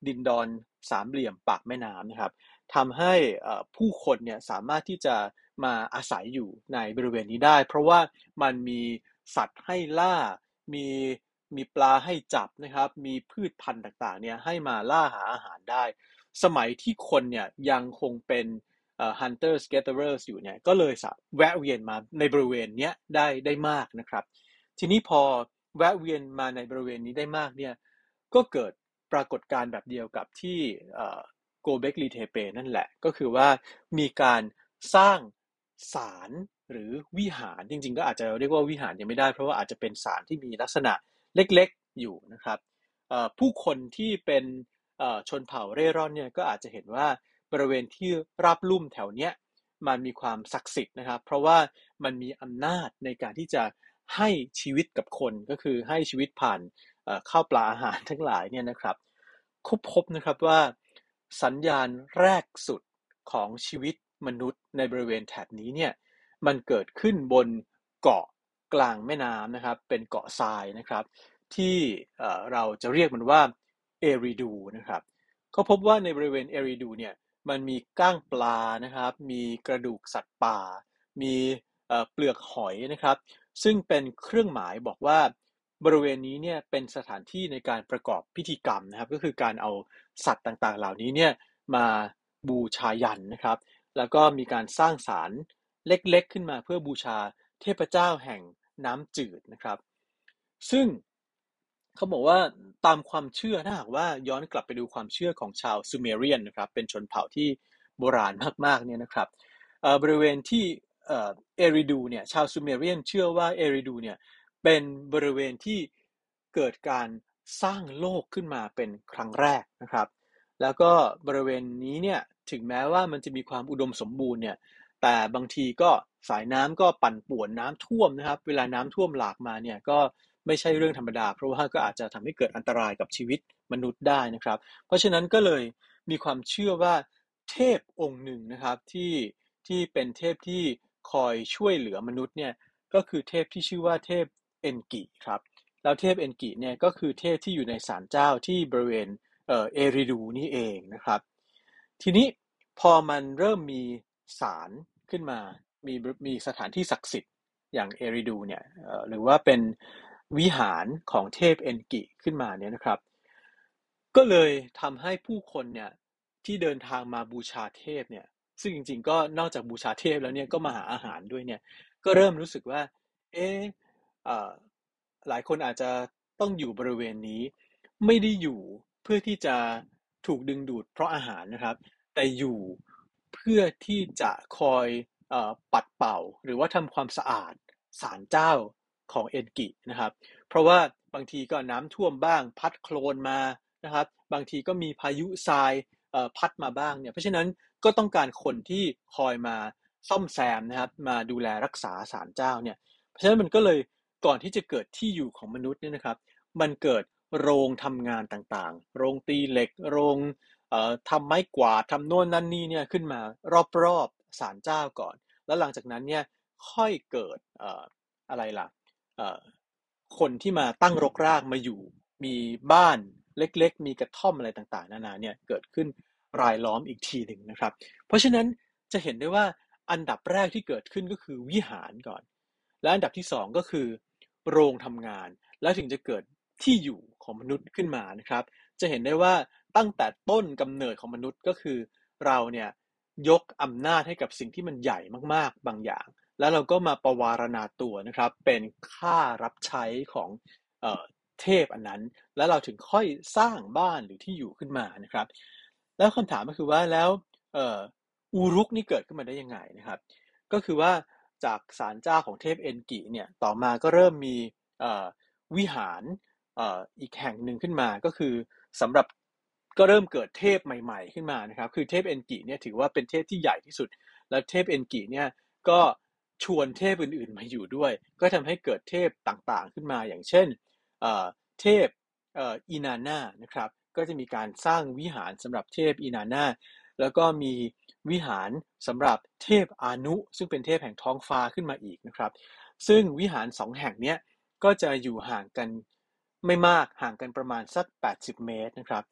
ดินดอนสามเหลี่ยมปากแม่น้ำนะครับทำให้ผู้คนเนี่ยสามารถที่จะมาอาศัยอยู่ในบริเวณนี้ได้เพราะว่ามันมีสัตว์ให้ล่ามีมีปลาให้จับนะครับมีพืชพันธุ์ต่างๆเนี่ยให้มาล่าหาอาหารได้สมัยที่คนเนี่ยยังคงเป็นเอ่อ hunters gatherers อยู่เนี่ยก็เลยแวะเวียนมาในบริเวณเนี้ยได้ได้มากนะครับทีนี้พอแวะเวียนมาในบริเวณนี้ได้มากเนี่ยก็เกิดปรากฏการณ์แบบเดียวกับที่เอ่อโกเบกลีเทเปนั่นแหละก็คือว่ามีการสร้างศาลหรือวิหารจริงๆก็อาจจะเรียกว่าวิหารยังไม่ได้เพราะว่าอาจจะเป็นศาลที่มีลักษณะเล็กๆอยู่นะครับผู้คนที่เป็นชนเผ่าเร่ร่อนเนี่ยก็อาจจะเห็นว่าบริเวณที่ราบลุ่มแถวเนี้ยมันมีความศักดิ์สิทธิ์นะครับเพราะว่ามันมีอำนาจในการที่จะให้ชีวิตกับคนก็คือให้ชีวิตผ่านข้าวปลาอาหารทั้งหลายเนี่ยนะครับเขาพบนะครับว่าสัญญาณแรกสุดของชีวิตมนุษย์ในบริเวณแถบนี้เนี่ยมันเกิดขึ้นบนเกาะกลางแม่น้ำนะครับเป็นเกาะทรายนะครับที่เราจะเรียกมันว่าเอริดูนะครับเขาพบว่าในบริเวณเอริดูเนี่ยมันมีก้างปลานะครับมีกระดูกสัตว์ป่ามีเปลือกหอยนะครับซึ่งเป็นเครื่องหมายบอกว่าบริเวณนี้เนี่ยเป็นสถานที่ในการประกอบพิธีกรรมนะครับก็คือการเอาสัตว์ต่างๆเหล่านี้เนี่ยมาบูชายันนะครับแล้วก็มีการสร้างศาลเล็กๆขึ้นมาเพื่อบูชาเทพเจ้าแห่งน้ำจืดนะครับซึ่งเขาบอกว่าตามความเชื่อถ้าหากว่าย้อนกลับไปดูความเชื่อของชาวซูเมเรียนนะครับเป็นชนเผ่าที่โบราณมากๆเนี่ยนะครับบริเวณที่เอริดูเนี่ยชาวซูเมเรียนเชื่อว่าเอริดูเนี่ยเป็นบริเวณที่เกิดการสร้างโลกขึ้นมาเป็นครั้งแรกนะครับแล้วก็บริเวณนี้เนี่ยถึงแม้ว่ามันจะมีความอุดมสมบูรณ์เนี่ยแต่บางทีก็สายน้ำก็ปั่นป่วนน้ำท่วมนะครับเวลาน้ำท่วมหลากมาเนี่ยก็ไม่ใช่เรื่องธรรมดาเพราะว่าก็อาจจะทำให้เกิดอันตรายกับชีวิตมนุษย์ได้นะครับเพราะฉะนั้นก็เลยมีความเชื่อว่าเทพองค์หนึ่งนะครับที่ที่เป็นเทพที่คอยช่วยเหลือมนุษย์เนี่ยก็คือเทพที่ชื่อว่าเทพเอนกิครับแล้วเทพเอนกิเนี่ยก็คือเทพที่อยู่ในศาลเจ้าที่บริเวณเอ่อเอริดูนี่เองนะครับทีนี้พอมันเริ่มมีศาลขึ้นมามีมีสถานที่ศักดิ์สิทธิ์อย่างเอริดูเนี่ยหรือว่าเป็นวิหารของเทพเอนกิขึ้นมาเนี่ยนะครับก็เลยทำให้ผู้คนเนี่ยที่เดินทางมาบูชาเทพเนี่ยซึ่งจริงๆก็นอกจากบูชาเทพแล้วเนี่ยก็มาหาอาหารด้วยเนี่ยก็เริ่มรู้สึกว่าเอ๊ะหลายคนอาจจะต้องอยู่บริเวณนี้ไม่ได้อยู่เพื่อที่จะถูกดึงดูดเพราะอาหารนะครับแต่อยู่เพื่อที่จะคอยปัดเป่าหรือว่าทำความสะอาดศาลเจ้าของเอนกินะครับเพราะว่าบางทีก็น้ำท่วมบ้างพัดโคลนมานะครับบางทีก็มีพายุทรายพัดมาบ้างเนี่ยเพราะฉะนั้นก็ต้องการคนที่คอยมาซ่อมแซมนะครับมาดูแลรักษาศาลเจ้าเนี่ยเพราะฉะนั้นมันก็เลยก่อนที่จะเกิดที่อยู่ของมนุษย์เนี่ยนะครับมันเกิดโรงทำงานต่างๆโรงตีเหล็กโรงทำไม้กวาดทำโน่นนั่นนี่เนี่ยขึ้นมารอบๆศาลเจ้าก่อนแล้วหลังจากนั้นเนี่ยค่อยเกิดอะไรล่ะคนที่มาตั้งรกรากมาอยู่มีบ้านเล็กๆมีกระท่อมอะไรต่างๆนานาเนี่ยเกิดขึ้นรายล้อมอีกทีหนึ่งนะครับเพราะฉะนั้นจะเห็นได้ว่าอันดับแรกที่เกิดขึ้นก็คือวิหารก่อนและอันดับที่สองก็คือโรงทำงานแล้วถึงจะเกิดที่อยู่ของมนุษย์ขึ้นมานะครับจะเห็นได้ว่าตั้งแต่ต้นกำเนิดของมนุษย์ก็คือเราเนี่ยยกอำนาจให้กับสิ่งที่มันใหญ่มากๆบางอย่างแล้วเราก็มาประวารณาตัวนะครับเป็นข้ารับใช้ของเอ่อเทพอันนั้นแล้วเราถึงค่อยสร้างบ้านหรือที่อยู่ขึ้นมานะครับแล้วคำถามก็คือว่าแล้วเอ่ออูรุกนี่เกิดขึ้นมาได้ยังไงนะครับก็คือว่าจากศาลเจ้าของเทพเอนกิเนี่ยต่อมาก็เริ่มมีเอ่อวิหารเอ่ออีกแห่งหนึ่งขึ้นมาก็คือสำหรับก็เริ่มเกิดเทพใหม่ๆขึ้นมานะครับคือเทพเอนกิเนี่ยถือว่าเป็นเทพที่ใหญ่ที่สุดและเทพเอนกิเนี่ยก็ชวนเทพอื่นๆมาอยู่ด้วยก็ทำให้เกิดเทพต่างๆขึ้นมาอย่างเช่นเทพอินาน่านะครับก็จะมีการสร้างวิหารสำหรับเทพอินาน่าแล้วก็มีวิหารสำหรับเทพอานุซึ่งเป็นเทพแห่งท้องฟ้าขึ้นมาอีกนะครับซึ่งวิหารสองแห่งนี้ก็จะอยู่ห่างกันไม่มากห่างกันประมาณสักแปดสิบเมตรนะครับ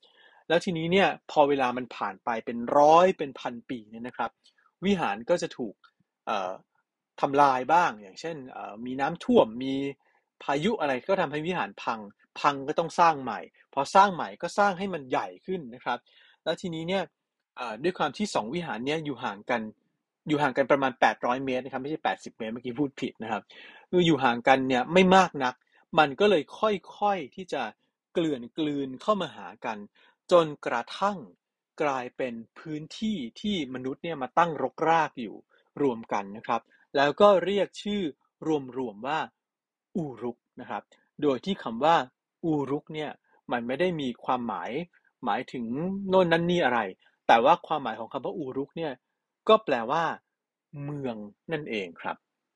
แล้วทีนี้เนี่ยพอเวลามันผ่านไปเป็นร้อยเป็นพันปีเนี่ยนะครับวิหารก็จะถูกทำลายบ้างอย่างเช่นมีน้ำท่วมมีพายุอะไรก็ทำให้วิหารพังพังก็ต้องสร้างใหม่พอสร้างใหม่ก็สร้างให้มันใหญ่ขึ้นนะครับแล้วทีนี้เนี่ยด้วยความที่สองวิหารเนี้ยอยู่ห่างกันอยู่ห่างกันประมาณแปดร้อยเมตรนะครับไม่ใช่แปดสิบเมตรเมื่อกี้พูดผิดนะครับคืออยู่ห่างกันเนี่ยไม่มากนักมันก็เลยค่อยๆที่จะเกลื่อนกลืนเข้ามาหากันจนกระทั่งกลายเป็นพื้นที่ที่มนุษย์เนี่ยมาตั้งรกรากอยู่รวมกันนะครับแล้วก็เรียกชื่อรวมๆว่าอูรุกนะครับโดยที่คำว่าอูรุกเนี่ยมันไม่ได้มีความหมายหมายถึงโน่นนั่นนี่อะไรแต่ว่าความหมายของคำว่าอูรุกเนี่ยก็แปลว่าเมืองนั่นเองครับ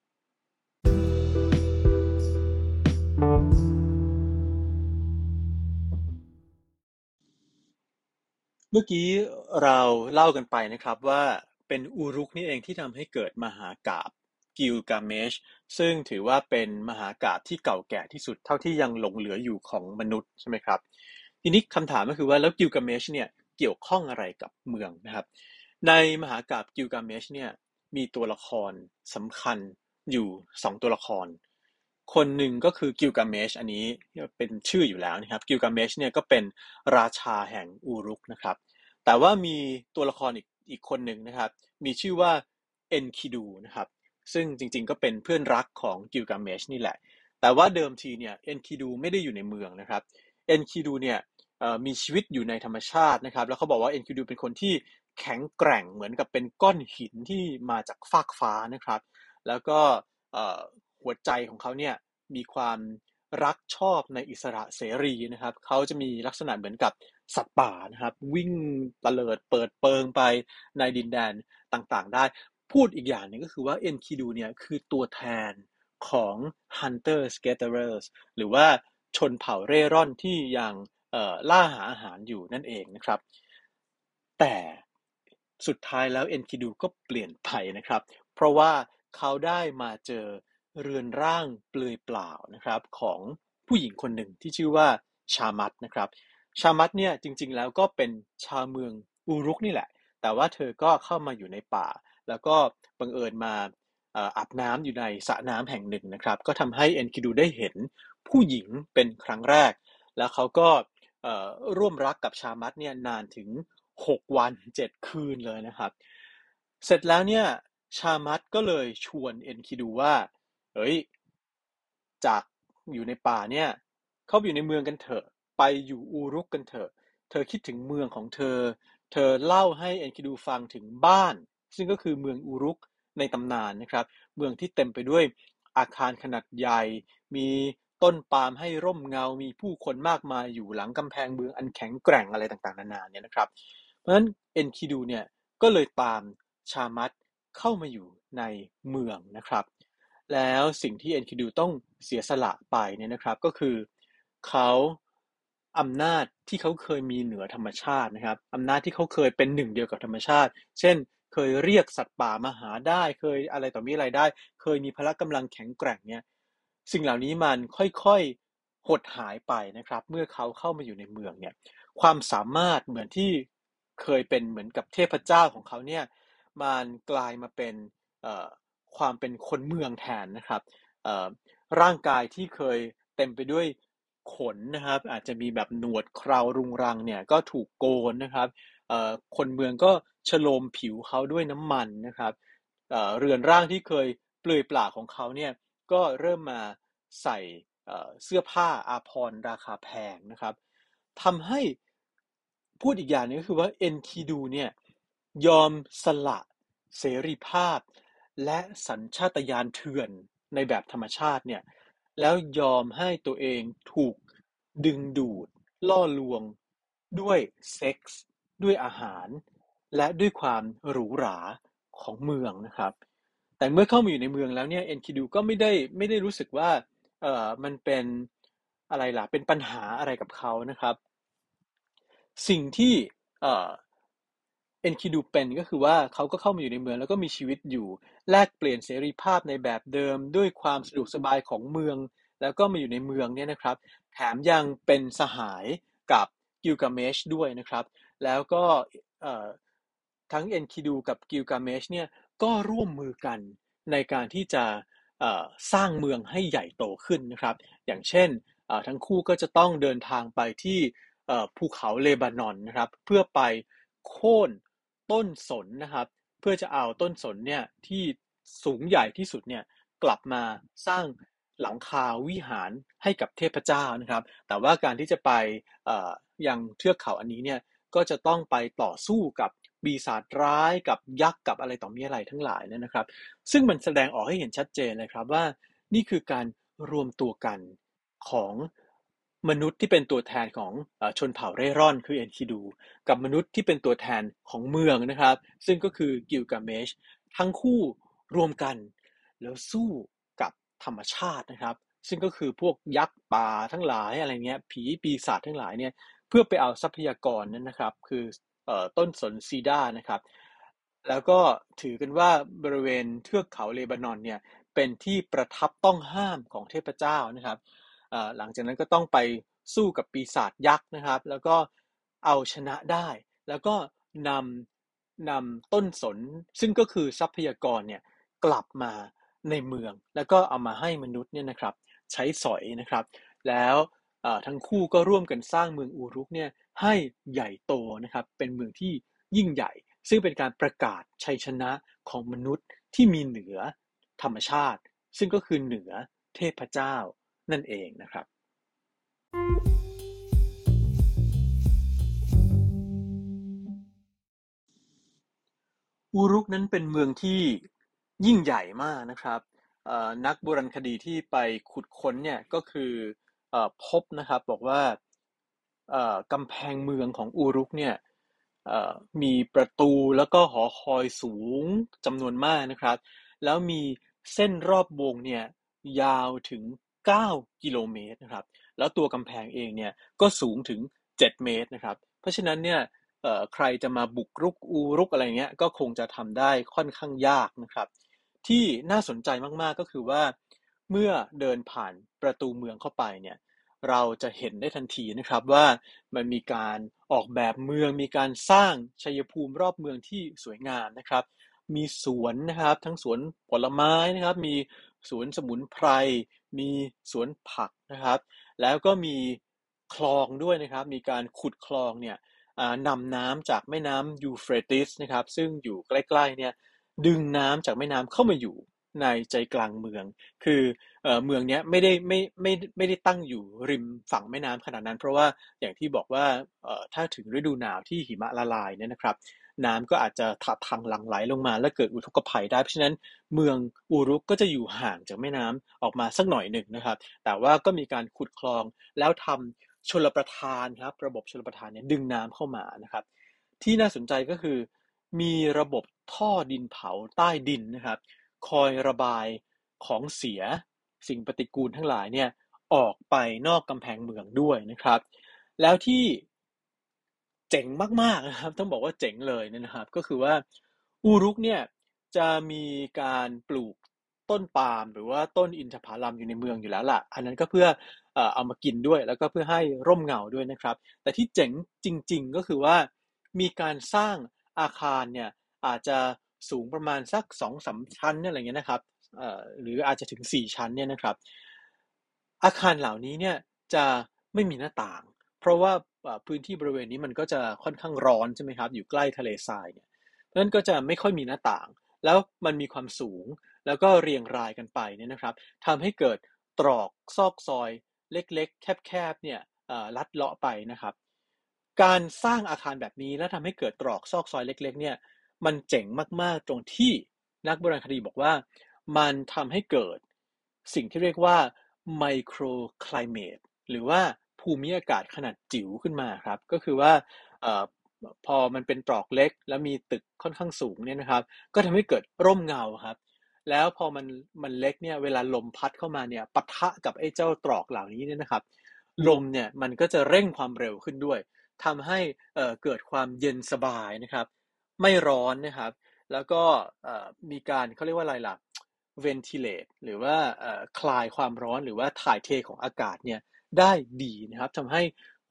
เมื่อกี้เราเล่ากันไปนะครับว่าเป็นอูรุกนี่เองที่ทำให้เกิดมหากาพย์กิลกาเมชซึ่งถือว่าเป็นมหากาพย์ที่เก่าแก่ที่สุดเท่าที่ยังหลงเหลืออยู่ของมนุษย์ใช่ไหมครับทีนี้คำถามก็คือว่าแล้วกิลกาเมชเนี่ยเกี่ยวข้องอะไรกับเมืองนะครับในมหากาพย์กิลกาเมชเนี่ยมีตัวละครสำคัญอยู่สองตัวละครคนหนึ่งก็คือกิลกาเมชอันนี้เป็นชื่ออยู่แล้วนะครับกิลกาเมชเนี่ยก็เป็นราชาแห่งอูรุกนะครับแต่ว่ามีตัวละครอีกอีกคนหนึ่งนะครับมีชื่อว่าเอนคิดูนะครับซึ่งจริงๆก็เป็นเพื่อนรักของกิลกาเมชนี่แหละแต่ว่าเดิมทีเนี่ยเอนคิดูไม่ได้อยู่ในเมืองนะครับเอนคิดูเนี่ยมีชีวิตอยู่ในธรรมชาตินะครับแล้วเขาบอกว่าเอนคิดูเป็นคนที่แข็งแกร่งเหมือนกับเป็นก้อนหินที่มาจากฟากฟ้านะครับแล้วก็หัวใจของเขาเนี่ยมีความรักชอบในอิสระเสรีนะครับเขาจะมีลักษณะเหมือนกับสัตว์ป่านะครับวิ่งเตลิดเปิดเปิงไปในดินแดนต่างๆได้พูดอีกอย่างหนึ่งก็คือว่าเอ็นคิดูเนี่ยคือตัวแทนของ Hunters Gatherers หรือว่าชนเผ่าเร่ร่อนที่ยังล่าหาอาหารอยู่นั่นเองนะครับแต่สุดท้ายแล้วเอ็นคิดูก็เปลี่ยนไปนะครับเพราะว่าเขาได้มาเจอเรือนร่างเปลือยเปล่านะครับของผู้หญิงคนหนึ่งที่ชื่อว่าชามัตนะครับชามัตเนี่ยจริงๆแล้วก็เป็นชาวเมืองอูรุกนี่แหละแต่ว่าเธอก็เข้ามาอยู่ในป่าแล้วก็บังเอิญมาอาบน้ำอยู่ในสระน้ำแห่งหนึ่งนะครับก็ทำให้เอ็นคิดูได้เห็นผู้หญิงเป็นครั้งแรกแล้วเขาก็ร่วมรักกับชามัตเนี่ยนานถึงหกวันเจ็ดคืนเลยนะครับเสร็จแล้วเนี่ยชามัตก็เลยชวนเอ็นคิดูว่าเฮ้ยจากอยู่ในป่าเนี่ยเข้าไปอยู่ในเมืองกันเถอะไปอยู่อูรุกกันเถอะเธอคิดถึงเมืองของเธอเธอเล่าให้เอ็นคิดูฟังถึงบ้านซึ่งก็คือเมืองอูรุกในตำนานนะครับเมืองที่เต็มไปด้วยอาคารขนาดใหญ่มีต้นปาล์มให้ร่มเงามีผู้คนมากมายอยู่หลังกำแพงเมืองอันแข็งแกร่งอะไรต่างๆนานาเนี่ยนะครับเพราะฉะนั้นเอ็นคิดูเนี่ยก็เลยตามชามัตเข้ามาอยู่ในเมืองนะครับแล้วสิ่งที่เอ็นคิดูต้องเสียสละไปเนี่ยนะครับก็คือเขาอำนาจที่เขาเคยมีเหนือธรรมชาตินะครับอำนาจที่เขาเคยเป็นหนึ่งเดียวกับธรรมชาติเช่นเคยเรียกสัตว์ป่ามาหาได้เคยอะไรต่อมีอะไรได้เคยมีพละกำลังแข็งแกร่งเนี่ยสิ่งเหล่านี้มันค่อยๆหดหายไปนะครับเมื่อเขาเข้ามาอยู่ในเมืองเนี่ยความสามารถเหมือนที่เคยเป็นเหมือนกับเทพเจ้าของเขาเนี่ยมันกลายมาเป็นความเป็นคนเมืองแทนนะครับร่างกายที่เคยเต็มไปด้วยขนนะครับอาจจะมีแบบหนวดเครารุงรังเนี่ยก็ถูกโกนนะครับคนเมืองก็ฉโลมผิวเขาด้วยน้ำมันนะครับเรือนร่างที่เคยเปลือยเปล่าของเขาเนี่ยก็เริ่มมาใส่เสื้อผ้าอาภรณ์ราคาแพงนะครับทำให้พูดอีกอย่างนึงก็คือว่าเอ็นคิดูเนี่ยยอมสละเสรีภาพและสัญชาตญาณเถื่อนในแบบธรรมชาติเนี่ยแล้วยอมให้ตัวเองถูกดึงดูดล่อลวงด้วยเซ็กส์ด้วยอาหารและด้วยความหรูหราของเมืองนะครับแต่เมื่อเข้ามาอยู่ในเมืองแล้วเนี่ยเอ็นคิดูก็ไม่ได้ไม่ได้รู้สึกว่าเออมันเป็นอะไรล่ะเป็นปัญหาอะไรกับเขานะครับสิ่งที่เออ เอ็นคิดูเป็นก็คือว่าเขาก็เข้ามาอยู่ในเมืองแล้วก็มีชีวิตอยู่แลกเปลี่ยนเสรีภาพในแบบเดิมด้วยความสะดวกสบายของเมืองแล้วก็มาอยู่ในเมืองเนี่ยนะครับแถมยังเป็นสหายกับ Gilgamesh ด้วยนะครับแล้วก็ทั้ง Enkidu กับ Gilgamesh เนี่ยก็ร่วมมือกันในการที่จะสร้างเมืองให้ใหญ่โตขึ้นนะครับอย่างเช่นทั้งคู่ก็จะต้องเดินทางไปที่ภูเขาเลบานอนนะครับเพื่อไปโค่นต้นสนนะครับเพื่อจะเอาต้นสนเนี่ยที่สูงใหญ่ที่สุดเนี่ยกลับมาสร้างหลังคาวิหารให้กับเทพเจ้านะครับแต่ว่าการที่จะไปยังเทือกเขาอันนี้เนี่ยก็จะต้องไปต่อสู้กับปีศาจร้ายกับยักษ์กับอะไรต่อมีอะไรทั้งหลายเนี่ยนะครับซึ่งมันแสดงออกให้เห็นชัดเจนเลยครับว่านี่คือการรวมตัวกันของมนุษย์ที่เป็นตัวแทนของชนเผ่าเร่ร่อนคือเอนคิดูกับมนุษย์ที่เป็นตัวแทนของเมืองนะครับซึ่งก็คือกิลกาเมชทั้งคู่รวมกันแล้วสู้กับธรรมชาตินะครับซึ่งก็คือพวกยักษ์ป่าทั้งหลายอะไรเงี้ยผีปีศาจทั้งหลายเนี่ยเพื่อไปเอาทรัพยากรนั้นนะครับคือต้นสนซีดานะครับแล้วก็ถือกันว่าบริเวณเทือกเขาเลบานอนเนี่ยเป็นที่ประทับต้องห้ามของเทพเจ้านะครับหลังจากนั้นก็ต้องไปสู้กับปีศาจยักษ์นะครับแล้วก็เอาชนะได้แล้วก็นำนำต้นสนซึ่งก็คือทรัพยากรเนี่ยกลับมาในเมืองแล้วก็เอามาให้มนุษย์เนี่ยนะครับใช้สอยนะครับแล้วทั้งคู่ก็ร่วมกันสร้างเมืองอูรุกเนี่ยให้ใหญ่โตนะครับเป็นเมืองที่ยิ่งใหญ่ซึ่งเป็นการประกาศชัยชนะของมนุษย์ที่มีเหนือธรรมชาติซึ่งก็คือเหนือเทพเจ้านั่นเองนะครับอูรุกนั้นเป็นเมืองที่ยิ่งใหญ่มากนะครับนักโบราณคดีที่ไปขุดค้นเนี่ยก็คือพบนะครับบอกว่ากำแพงเมืองของอูรุกเนี่ยมีประตูแล้วก็หอคอยสูงจำนวนมากนะครับแล้วมีเส้นรอบวงเนี่ยยาวถึงเก้ากิโลเมตรนะครับแล้วตัวกำแพงเองเนี่ยก็สูงถึงเจ็ดเมตรนะครับเพราะฉะนั้นเนี่ยใครจะมาบุกรุกอูรุกอะไรเงี้ยก็คงจะทำได้ค่อนข้างยากนะครับที่น่าสนใจมากๆก็คือว่าเมื่อเดินผ่านประตูเมืองเข้าไปเนี่ยเราจะเห็นได้ทันทีนะครับว่ามันมีการออกแบบเมืองมีการสร้างชัยภูมิรอบเมืองที่สวยงามนะครับมีสวนนะครับทั้งสวนผลไม้นะครับมีสวนสมุนไพรมีสวนผักนะครับแล้วก็มีคลองด้วยนะครับมีการขุดคลองเนี่ยนำน้ำจากแม่น้ำยูเฟรติสนะครับซึ่งอยู่ใกล้ๆเนี่ยดึงน้ำจากแม่น้ำเข้ามาอยู่ในใจกลางเมืองคือเอ่อเมืองนี้ไม่ได้ไม่ไม่ไม่ได้ตั้งอยู่ริมฝั่งแม่น้ำขนาดนั้นเพราะว่าอย่างที่บอกว่าเอ่อถ้าถึงฤดูหนาวที่หิมะละลายเนี่ยนะครับน้ำก็อาจจะถพังหลั่งไหลลงมาและเกิดอุทกภัยได้เพราะฉะนั้นเมืองอูรุกก็จะอยู่ห่างจากแม่น้ำออกมาสักหน่อยหนึ่งนะครับแต่ว่าก็มีการขุดคลองแล้วทำชลประทานครับระบบชลประทานเนี่ยดึงน้ำเข้ามานะครับที่น่าสนใจก็คือมีระบบท่อดินเผาใต้ดินนะครับคอยระบายของเสียสิ่งปฏิกูลทั้งหลายเนี่ยออกไปนอกกำแพงเมืองด้วยนะครับแล้วที่เจ๋งมากๆนะครับต้องบอกว่าเจ๋งเลยนะครับก็คือว่าอูรุกเนี่ยจะมีการปลูกต้นปาล์มหรือว่าต้นอินทผลัมอยู่ในเมืองอยู่แล้วล่ะอันนั้นก็เพื่อเอ่อเอามากินด้วยแล้วก็เพื่อให้ร่มเงาด้วยนะครับแต่ที่เจ๋งจริงๆก็คือว่ามีการสร้างอาคารเนี่ยอาจจะสูงประมาณสัก สองถึงสาม ชั้นอะไรเงี้ยนะครับเอ่อหรืออาจจะถึงสี่ชั้นเนี่ยนะครับอาคารเหล่านี้เนี่ยจะไม่มีหน้าต่างเพราะว่าพื้นที่บริเวณนี้มันก็จะค่อนข้างร้อนใช่ไหมครับอยู่ใกล้ทะเลทรายเนี่ยเพราะฉะนั้นก็จะไม่ค่อยมีหน้าต่างแล้วมันมีความสูงแล้วก็เรียงรายกันไปเนี่ยนะครับทำให้เกิดตรอกซอกซอยเล็กๆแคบๆเนี่ยลัดเลาะไปนะครับการสร้างอาคารแบบนี้แล้วทำให้เกิดตรอกซอกซอยเล็กๆเนี่ยมันเจ๋งมากๆตรงที่นักโบราณคดีบอกว่ามันทำให้เกิดสิ่งที่เรียกว่าไมโครไคลเมตหรือว่าภูมิอากาศขนาดจิ๋วขึ้นมาครับก็คือว่าพอมันเป็นตรอกเล็กแล้วมีตึกค่อนข้างสูงเนี่ยนะครับก็ทำให้เกิดร่มเงาครับแล้วพอมันมันเล็กเนี่ยเวลาลมพัดเข้ามาเนี่ยปะทะกับไอ้เจ้าตรอกเหล่านี้เนี่ยนะครับลมเนี่ยมันก็จะเร่งความเร็วขึ้นด้วยทำให้เกิดความเย็นสบายนะครับไม่ร้อนนะครับแล้วก็มีการเขาเรียกว่าอะไรล่ะ ventilate หรือว่าคลายความร้อนหรือว่าถ่ายเทของอากาศเนี่ยได้ดีนะครับทำให้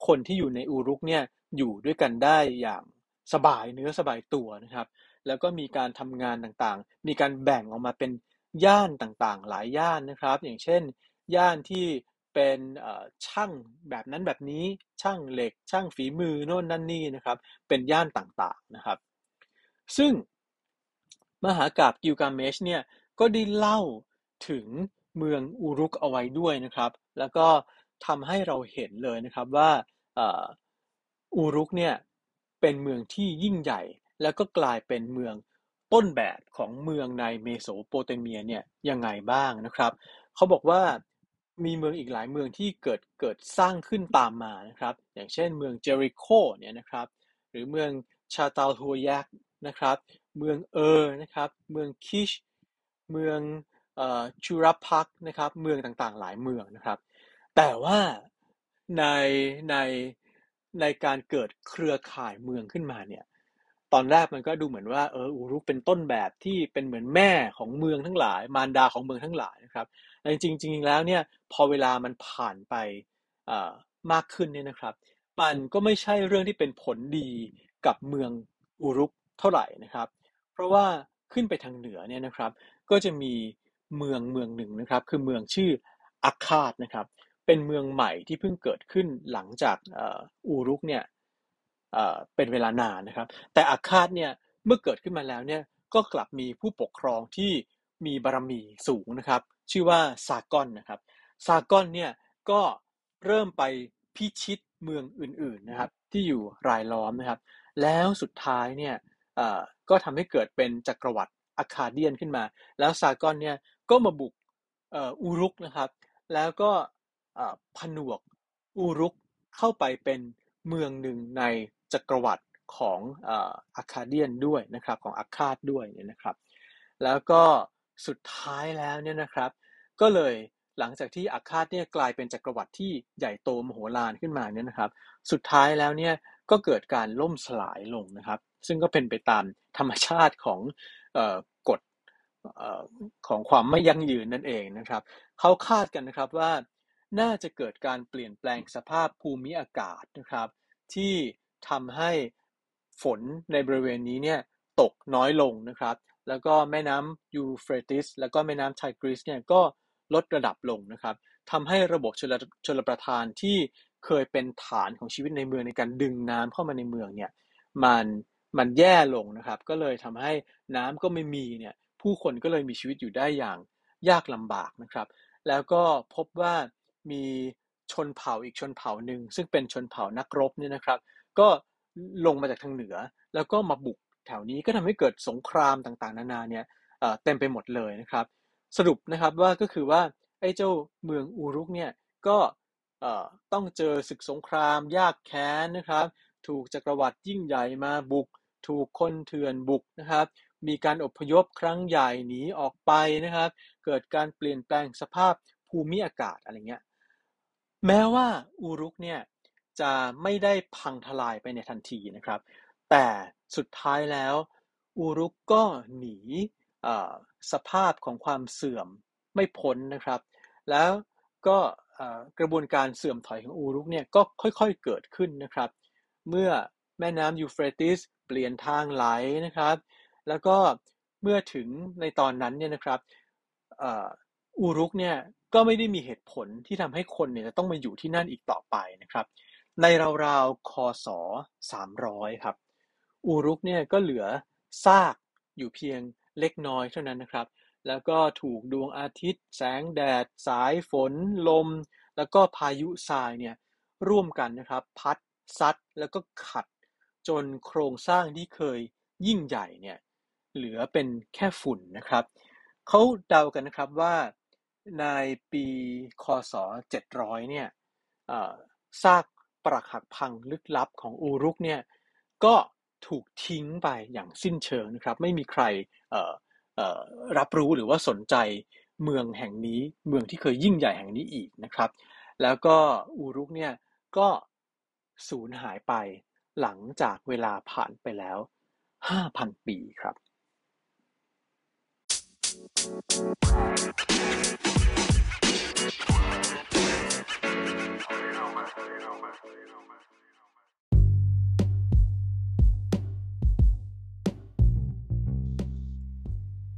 คนที่อยู่ในอูรุกเนี่ยอยู่ด้วยกันได้อย่างสบายเนื้อสบายตัวนะครับแล้วก็มีการทำงานต่างๆมีการแบ่งออกมาเป็นย่านต่างๆหลายย่านนะครับอย่างเช่นย่านที่เป็นช่างแบบนั้นแบบนี้ช่างเหล็กช่างฝีมือโน่นนั่นนี่นะครับเป็นย่านต่างๆนะครับซึ่งมหากาพย์กิลกาเมชเนี่ยก็ได้เล่าถึงเมืองอูรุกเอาไว้ด้วยนะครับแล้วก็ทำให้เราเห็นเลยนะครับว่าอูรุกเนี่ยเป็นเมืองที่ยิ่งใหญ่แล้วก็กลายเป็นเมืองต้นแบบของเมืองในเมโสโปเตเมียเนี่ยยังไงบ้างนะครับเขาบอกว่ามีเมืองอีกหลายเมืองที่เกิดเกิดสร้างขึ้นตามมานะครับอย่างเช่นเมืองเจริโคเนี่ยนะครับหรือเมืองชาตาลฮัวยักนะครับเมืองเออร์นะครับเมืองคิชเมืองจูราพักนะครับเมืองต่างๆหลายเมืองนะครับแต่ว่าในในในการเกิดเครือข่ายเมืองขึ้นมาเนี่ยตอนแรกมันก็ดูเหมือนว่าเอออูรุกเป็นต้นแบบที่เป็นเหมือนแม่ของเมืองทั้งหลายมารดาของเมืองทั้งหลายนะครับแต่จริงจริงๆแล้วเนี่ยพอเวลามันผ่านไปมากขึ้นเนี่ยนะครับมันก็ไม่ใช่เรื่องที่เป็นผลดีกับเมืองอูรุกเท่าไหร่นะครับเพราะว่าขึ้นไปทางเหนือเนี่ยนะครับก็จะมีเมืองเมืองหนึ่งนะครับคือเมืองชื่ออาคาดนะครับเป็นเมืองใหม่ที่เพิ่งเกิดขึ้นหลังจากอูรุกเนี่ยเป็นเวลานานนะครับแต่อาคาดเนี่ยเมื่อเกิดขึ้นมาแล้วเนี่ยก็กลับมีผู้ปกครองที่มีบารมีสูงนะครับชื่อว่าซากอนนะครับซากอนเนี่ยก็เริ่มไปพิชิตเมืองอื่นๆนะครับที่อยู่รายล้อมนะครับแล้วสุดท้ายเนี่ยก็ทำให้เกิดเป็นจักรวรรดิอาคาเดียนขึ้นมาแล้วซากอนเนี่ยก็มาบุกอูรุกนะครับแล้วก็ผนวกอูรุกเข้าไปเป็นเมืองหนึ่งในจักรวรรดิของอาคาเดียนด้วยนะครับของอาคาดด้วยเนี่ยนะครับแล้วก็สุดท้ายแล้วเนี่ยนะครับก็เลยหลังจากที่อาคาดเนี่ยกลายเป็นจักรวรรดิที่ใหญ่โตมโหฬารขึ้นมาเนี่ยนะครับสุดท้ายแล้วเนี่ยก็เกิดการล่มสลายลงนะครับซึ่งก็เป็นไปตามธรรมชาติของกฎของความไม่ยั่งยืนนั่นเองนะครับเขาคาดกันนะครับว่าน่าจะเกิดการเปลี่ยนแปลงสภาพภูมิอากาศนะครับที่ทำให้ฝนในบริเวณนี้เนี่ยตกน้อยลงนะครับแล้วก็แม่น้ำยูเฟรติสแล้วก็แม่น้ำไทกริสเนี่ยก็ลดระดับลงนะครับทำให้ระบบชลชลประทานที่เคยเป็นฐานของชีวิตในเมืองในการดึงน้ำเข้ามาในเมืองเนี่ยมันมันแย่ลงนะครับก็เลยทำให้น้ำก็ไม่มีเนี่ยผู้คนก็เลยมีชีวิตอยู่ได้อย่างยากลำบากนะครับแล้วก็พบว่ามีชนเผ่าอีกชนเผ่าหนึ่งซึ่งเป็นชนเผ่านักรบเนี่ยนะครับก็ลงมาจากทางเหนือแล้วก็มาบุกแถวนี้ก็ทำให้เกิดสงครามต่างๆนานาเนี่ยเต็มไปหมดเลยนะครับสรุปนะครับว่าก็คือว่าไอ้เจ้าเมืองอูรุกเนี่ยก็ต้องเจอศึกสงครามยากแค้นนะครับถูกจักรวรรดิยิ่งใหญ่มาบุกถูกคนเถื่อนบุกนะครับมีการอพยพครั้งใหญ่หนีออกไปนะครับเกิดการเปลี่ยนแปลงสภาพภูมิอากาศอะไรเงี้ยแม้ว่าอูรุกเนี่ยจะไม่ได้พังทลายไปในทันทีนะครับแต่สุดท้ายแล้วอูรุกก็หนีสภาพของความเสื่อมไม่พ้นนะครับแล้วก็กระบวนการเสื่อมถอยของอูรุกเนี่ยก็ค่อยๆเกิดขึ้นนะครับเมื่อแม่น้ำยูเฟรติสเปลี่ยนทางไหลนะครับแล้วก็เมื่อถึงในตอนนั้นเนี่ยนะครับอูรุกเนี่ยก็ไม่ได้มีเหตุผลที่ทำให้คนเนี่ยจะต้องมาอยู่ที่นั่นอีกต่อไปนะครับในราวๆคศสามร้อยครับอูรุกเนี่ยก็เหลือซากอยู่เพียงเล็กน้อยเท่านั้นนะครับแล้วก็ถูกดวงอาทิตย์แสงแดดสายฝนลมแล้วก็พายุทรายเนี่ยร่วมกันนะครับพัดซัดแล้วก็ขัดจนโครงสร้างที่เคยยิ่งใหญ่เนี่ยเหลือเป็นแค่ฝุ่นนะครับเขาเดากันนะครับว่าในปีคศเจ็ดร้อยเนี่ยซากปรักหักพังลึกลับของอูรุกเนี่ยก็ถูกทิ้งไปอย่างสิ้นเชิงนะครับไม่มีใครรับรู้หรือว่าสนใจเมืองแห่งนี้เมืองที่เคยยิ่งใหญ่แห่งนี้อีกนะครับแล้วก็อูรุกเนี่ยก็สูญหายไปหลังจากเวลาผ่านไปแล้ว ห้าพัน ปีครับ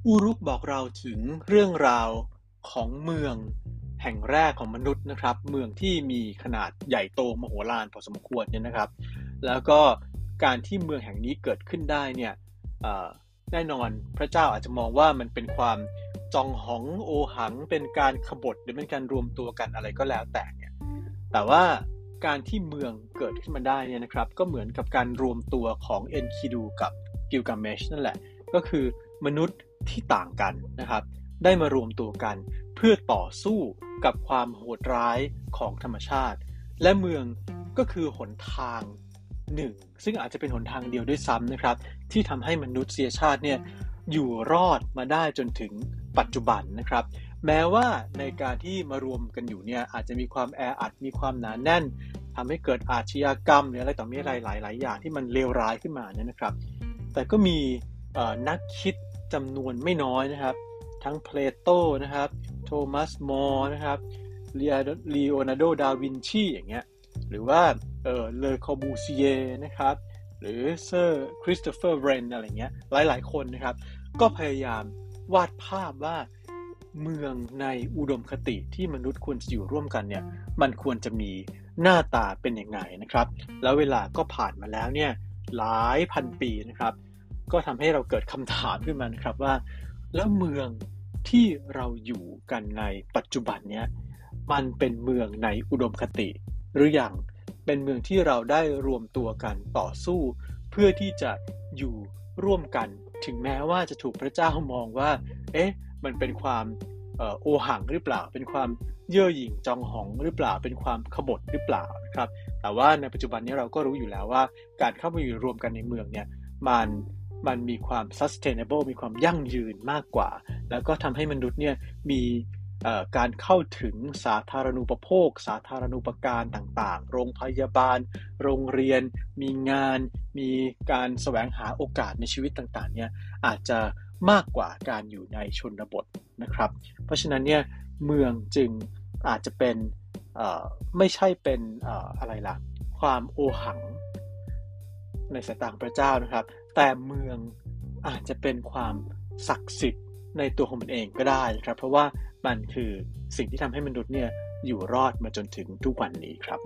อูรุกบอกเราถึงเรื่องราวของเมืองแห่งแรกของมนุษย์นะครับเมืองที่มีขนาดใหญ่โตมโหฬารพอสมควรเนี่ยนะครับแล้วก็การที่เมืองแห่งนี้เกิดขึ้นได้เนี่ยแน่นอนพระเจ้าอาจจะมองว่ามันเป็นความจองหองโอหังเป็นการขบฏหรือเป็นการรวมตัวกันอะไรก็แล้วแต่เนี่ยแต่ว่าการที่เมืองเกิดขึ้นมาได้เนี่ยนะครับก็เหมือนกับการรวมตัวของเอ็นคิดูกับกิลกาเมชนั่นแหละก็คือมนุษย์ที่ต่างกันนะครับได้มารวมตัวกันเพื่อต่อสู้กับความโหดร้ายของธรรมชาติและเมืองก็คือหนทางหนึ่งซึ่งอาจจะเป็นหนทางเดียวด้วยซ้ำนะครับที่ทำให้มนุษยชาติเนี่ยอยู่รอดมาได้จนถึงปัจจุบันนะครับแม้ว่าในการที่มารวมกันอยู่เนี่ยอาจจะมีความแออัดมีความหนาแน่นทำให้เกิดอาชญากรรมหรืออะไรต่อมีอะไรหลายๆอย่างที่มันเลวร้ายขึ้นมาเนี่ยนะครับแต่ก็มีนักคิดจำนวนไม่น้อยนะครับทั้งเพลโตนะครับโทมัสมอร์นะครับลีโอนาร์โดดาวินชีอย่างเงี้ยหรือว่าเออเลอคอบูซิเยนะครับหรือเซอร์คริสโตเฟอร์เรนอะไรเงี้ยหลายๆคนนะครับก็พยายามวาดภาพว่าเมืองในอุดมคติที่มนุษย์ควรจะอยู่ร่วมกันเนี่ยมันควรจะมีหน้าตาเป็นยังไงนะครับแล้วเวลาก็ผ่านมาแล้วเนี่ยหลายพันปีนะครับก็ทำให้เราเกิดคำถามขึ้นมานะครับว่าแล้วเมืองที่เราอยู่กันในปัจจุบันเนี้ยมันเป็นเมืองในอุดมคติหรือยังเป็นเมืองที่เราได้รวมตัวกันต่อสู้เพื่อที่จะอยู่ร่วมกันถึงแม้ว่าจะถูกพระเจ้ามองว่าเอ๊ะมันเป็นความโอหังหรือเปล่าเป็นความเย่อหยิ่งจองหองหรือเปล่าเป็นความขบฏหรือเปล่านะครับแต่ว่าในปัจจุบันนี้เราก็รู้อยู่แล้วว่าการเข้ามาอยู่รวมกันในเมืองเนี่ยมันมันมีความ sustainable มีความยั่งยืนมากกว่าแล้วก็ทำให้มนุษย์เนี่ยมีการเข้าถึงสาธารณูปโภคสาธารณูปการต่างๆโรงพยาบาลโรงเรียนมีงานมีการแสวงหาโอกาสในชีวิตต่างๆเนี่ยอาจจะมากกว่าการอยู่ในชนบทนะครับเพราะฉะนั้นเนี่ยเมืองจึงอาจจะเป็นไม่ใช่เป็นอะไรล่ะความโอหังในสายตาพระเจ้านะครับแต่เมืองอาจจะเป็นความศักดิ์สิทธิ์ในตัวของมันเองก็ได้นะครับเพราะว่ามันคือสิ่งที่ทำให้มนุษย์เนี่ยอยู่รอดมาจนถึงทุกวันนี้ครับ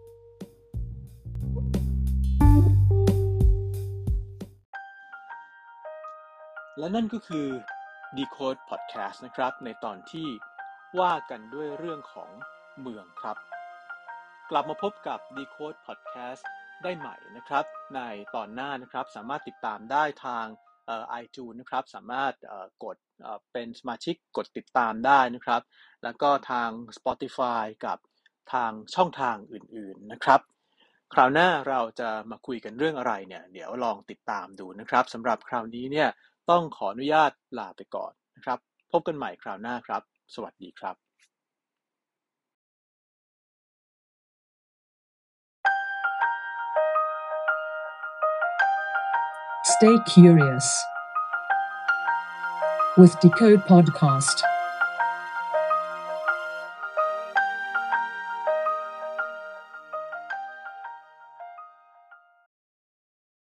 และนั่นก็คือ Decode Podcast นะครับในตอนที่ว่ากันด้วยเรื่องของเมืองครับกลับมาพบกับ Decode Podcast ได้ใหม่นะครับในตอนหน้านะครับสามารถติดตามได้ทางเอ่อ iTunes นะครับสามารถเอ่อกดเอ่อเป็นสมาชิกกดติดตามได้นะครับแล้วก็ทาง Spotify กับทางช่องทางอื่นๆนะครับคราวหน้าเราจะมาคุยกันเรื่องอะไรเนี่ยเดี๋ยวลองติดตามดูนะครับสำหรับคราวนี้เนี่ยต้องขออนุญาตลาไปก่อนนะครับพบกันใหม่คราวหน้าครับสวัสดีครับ Stay curious with Decode Podcast.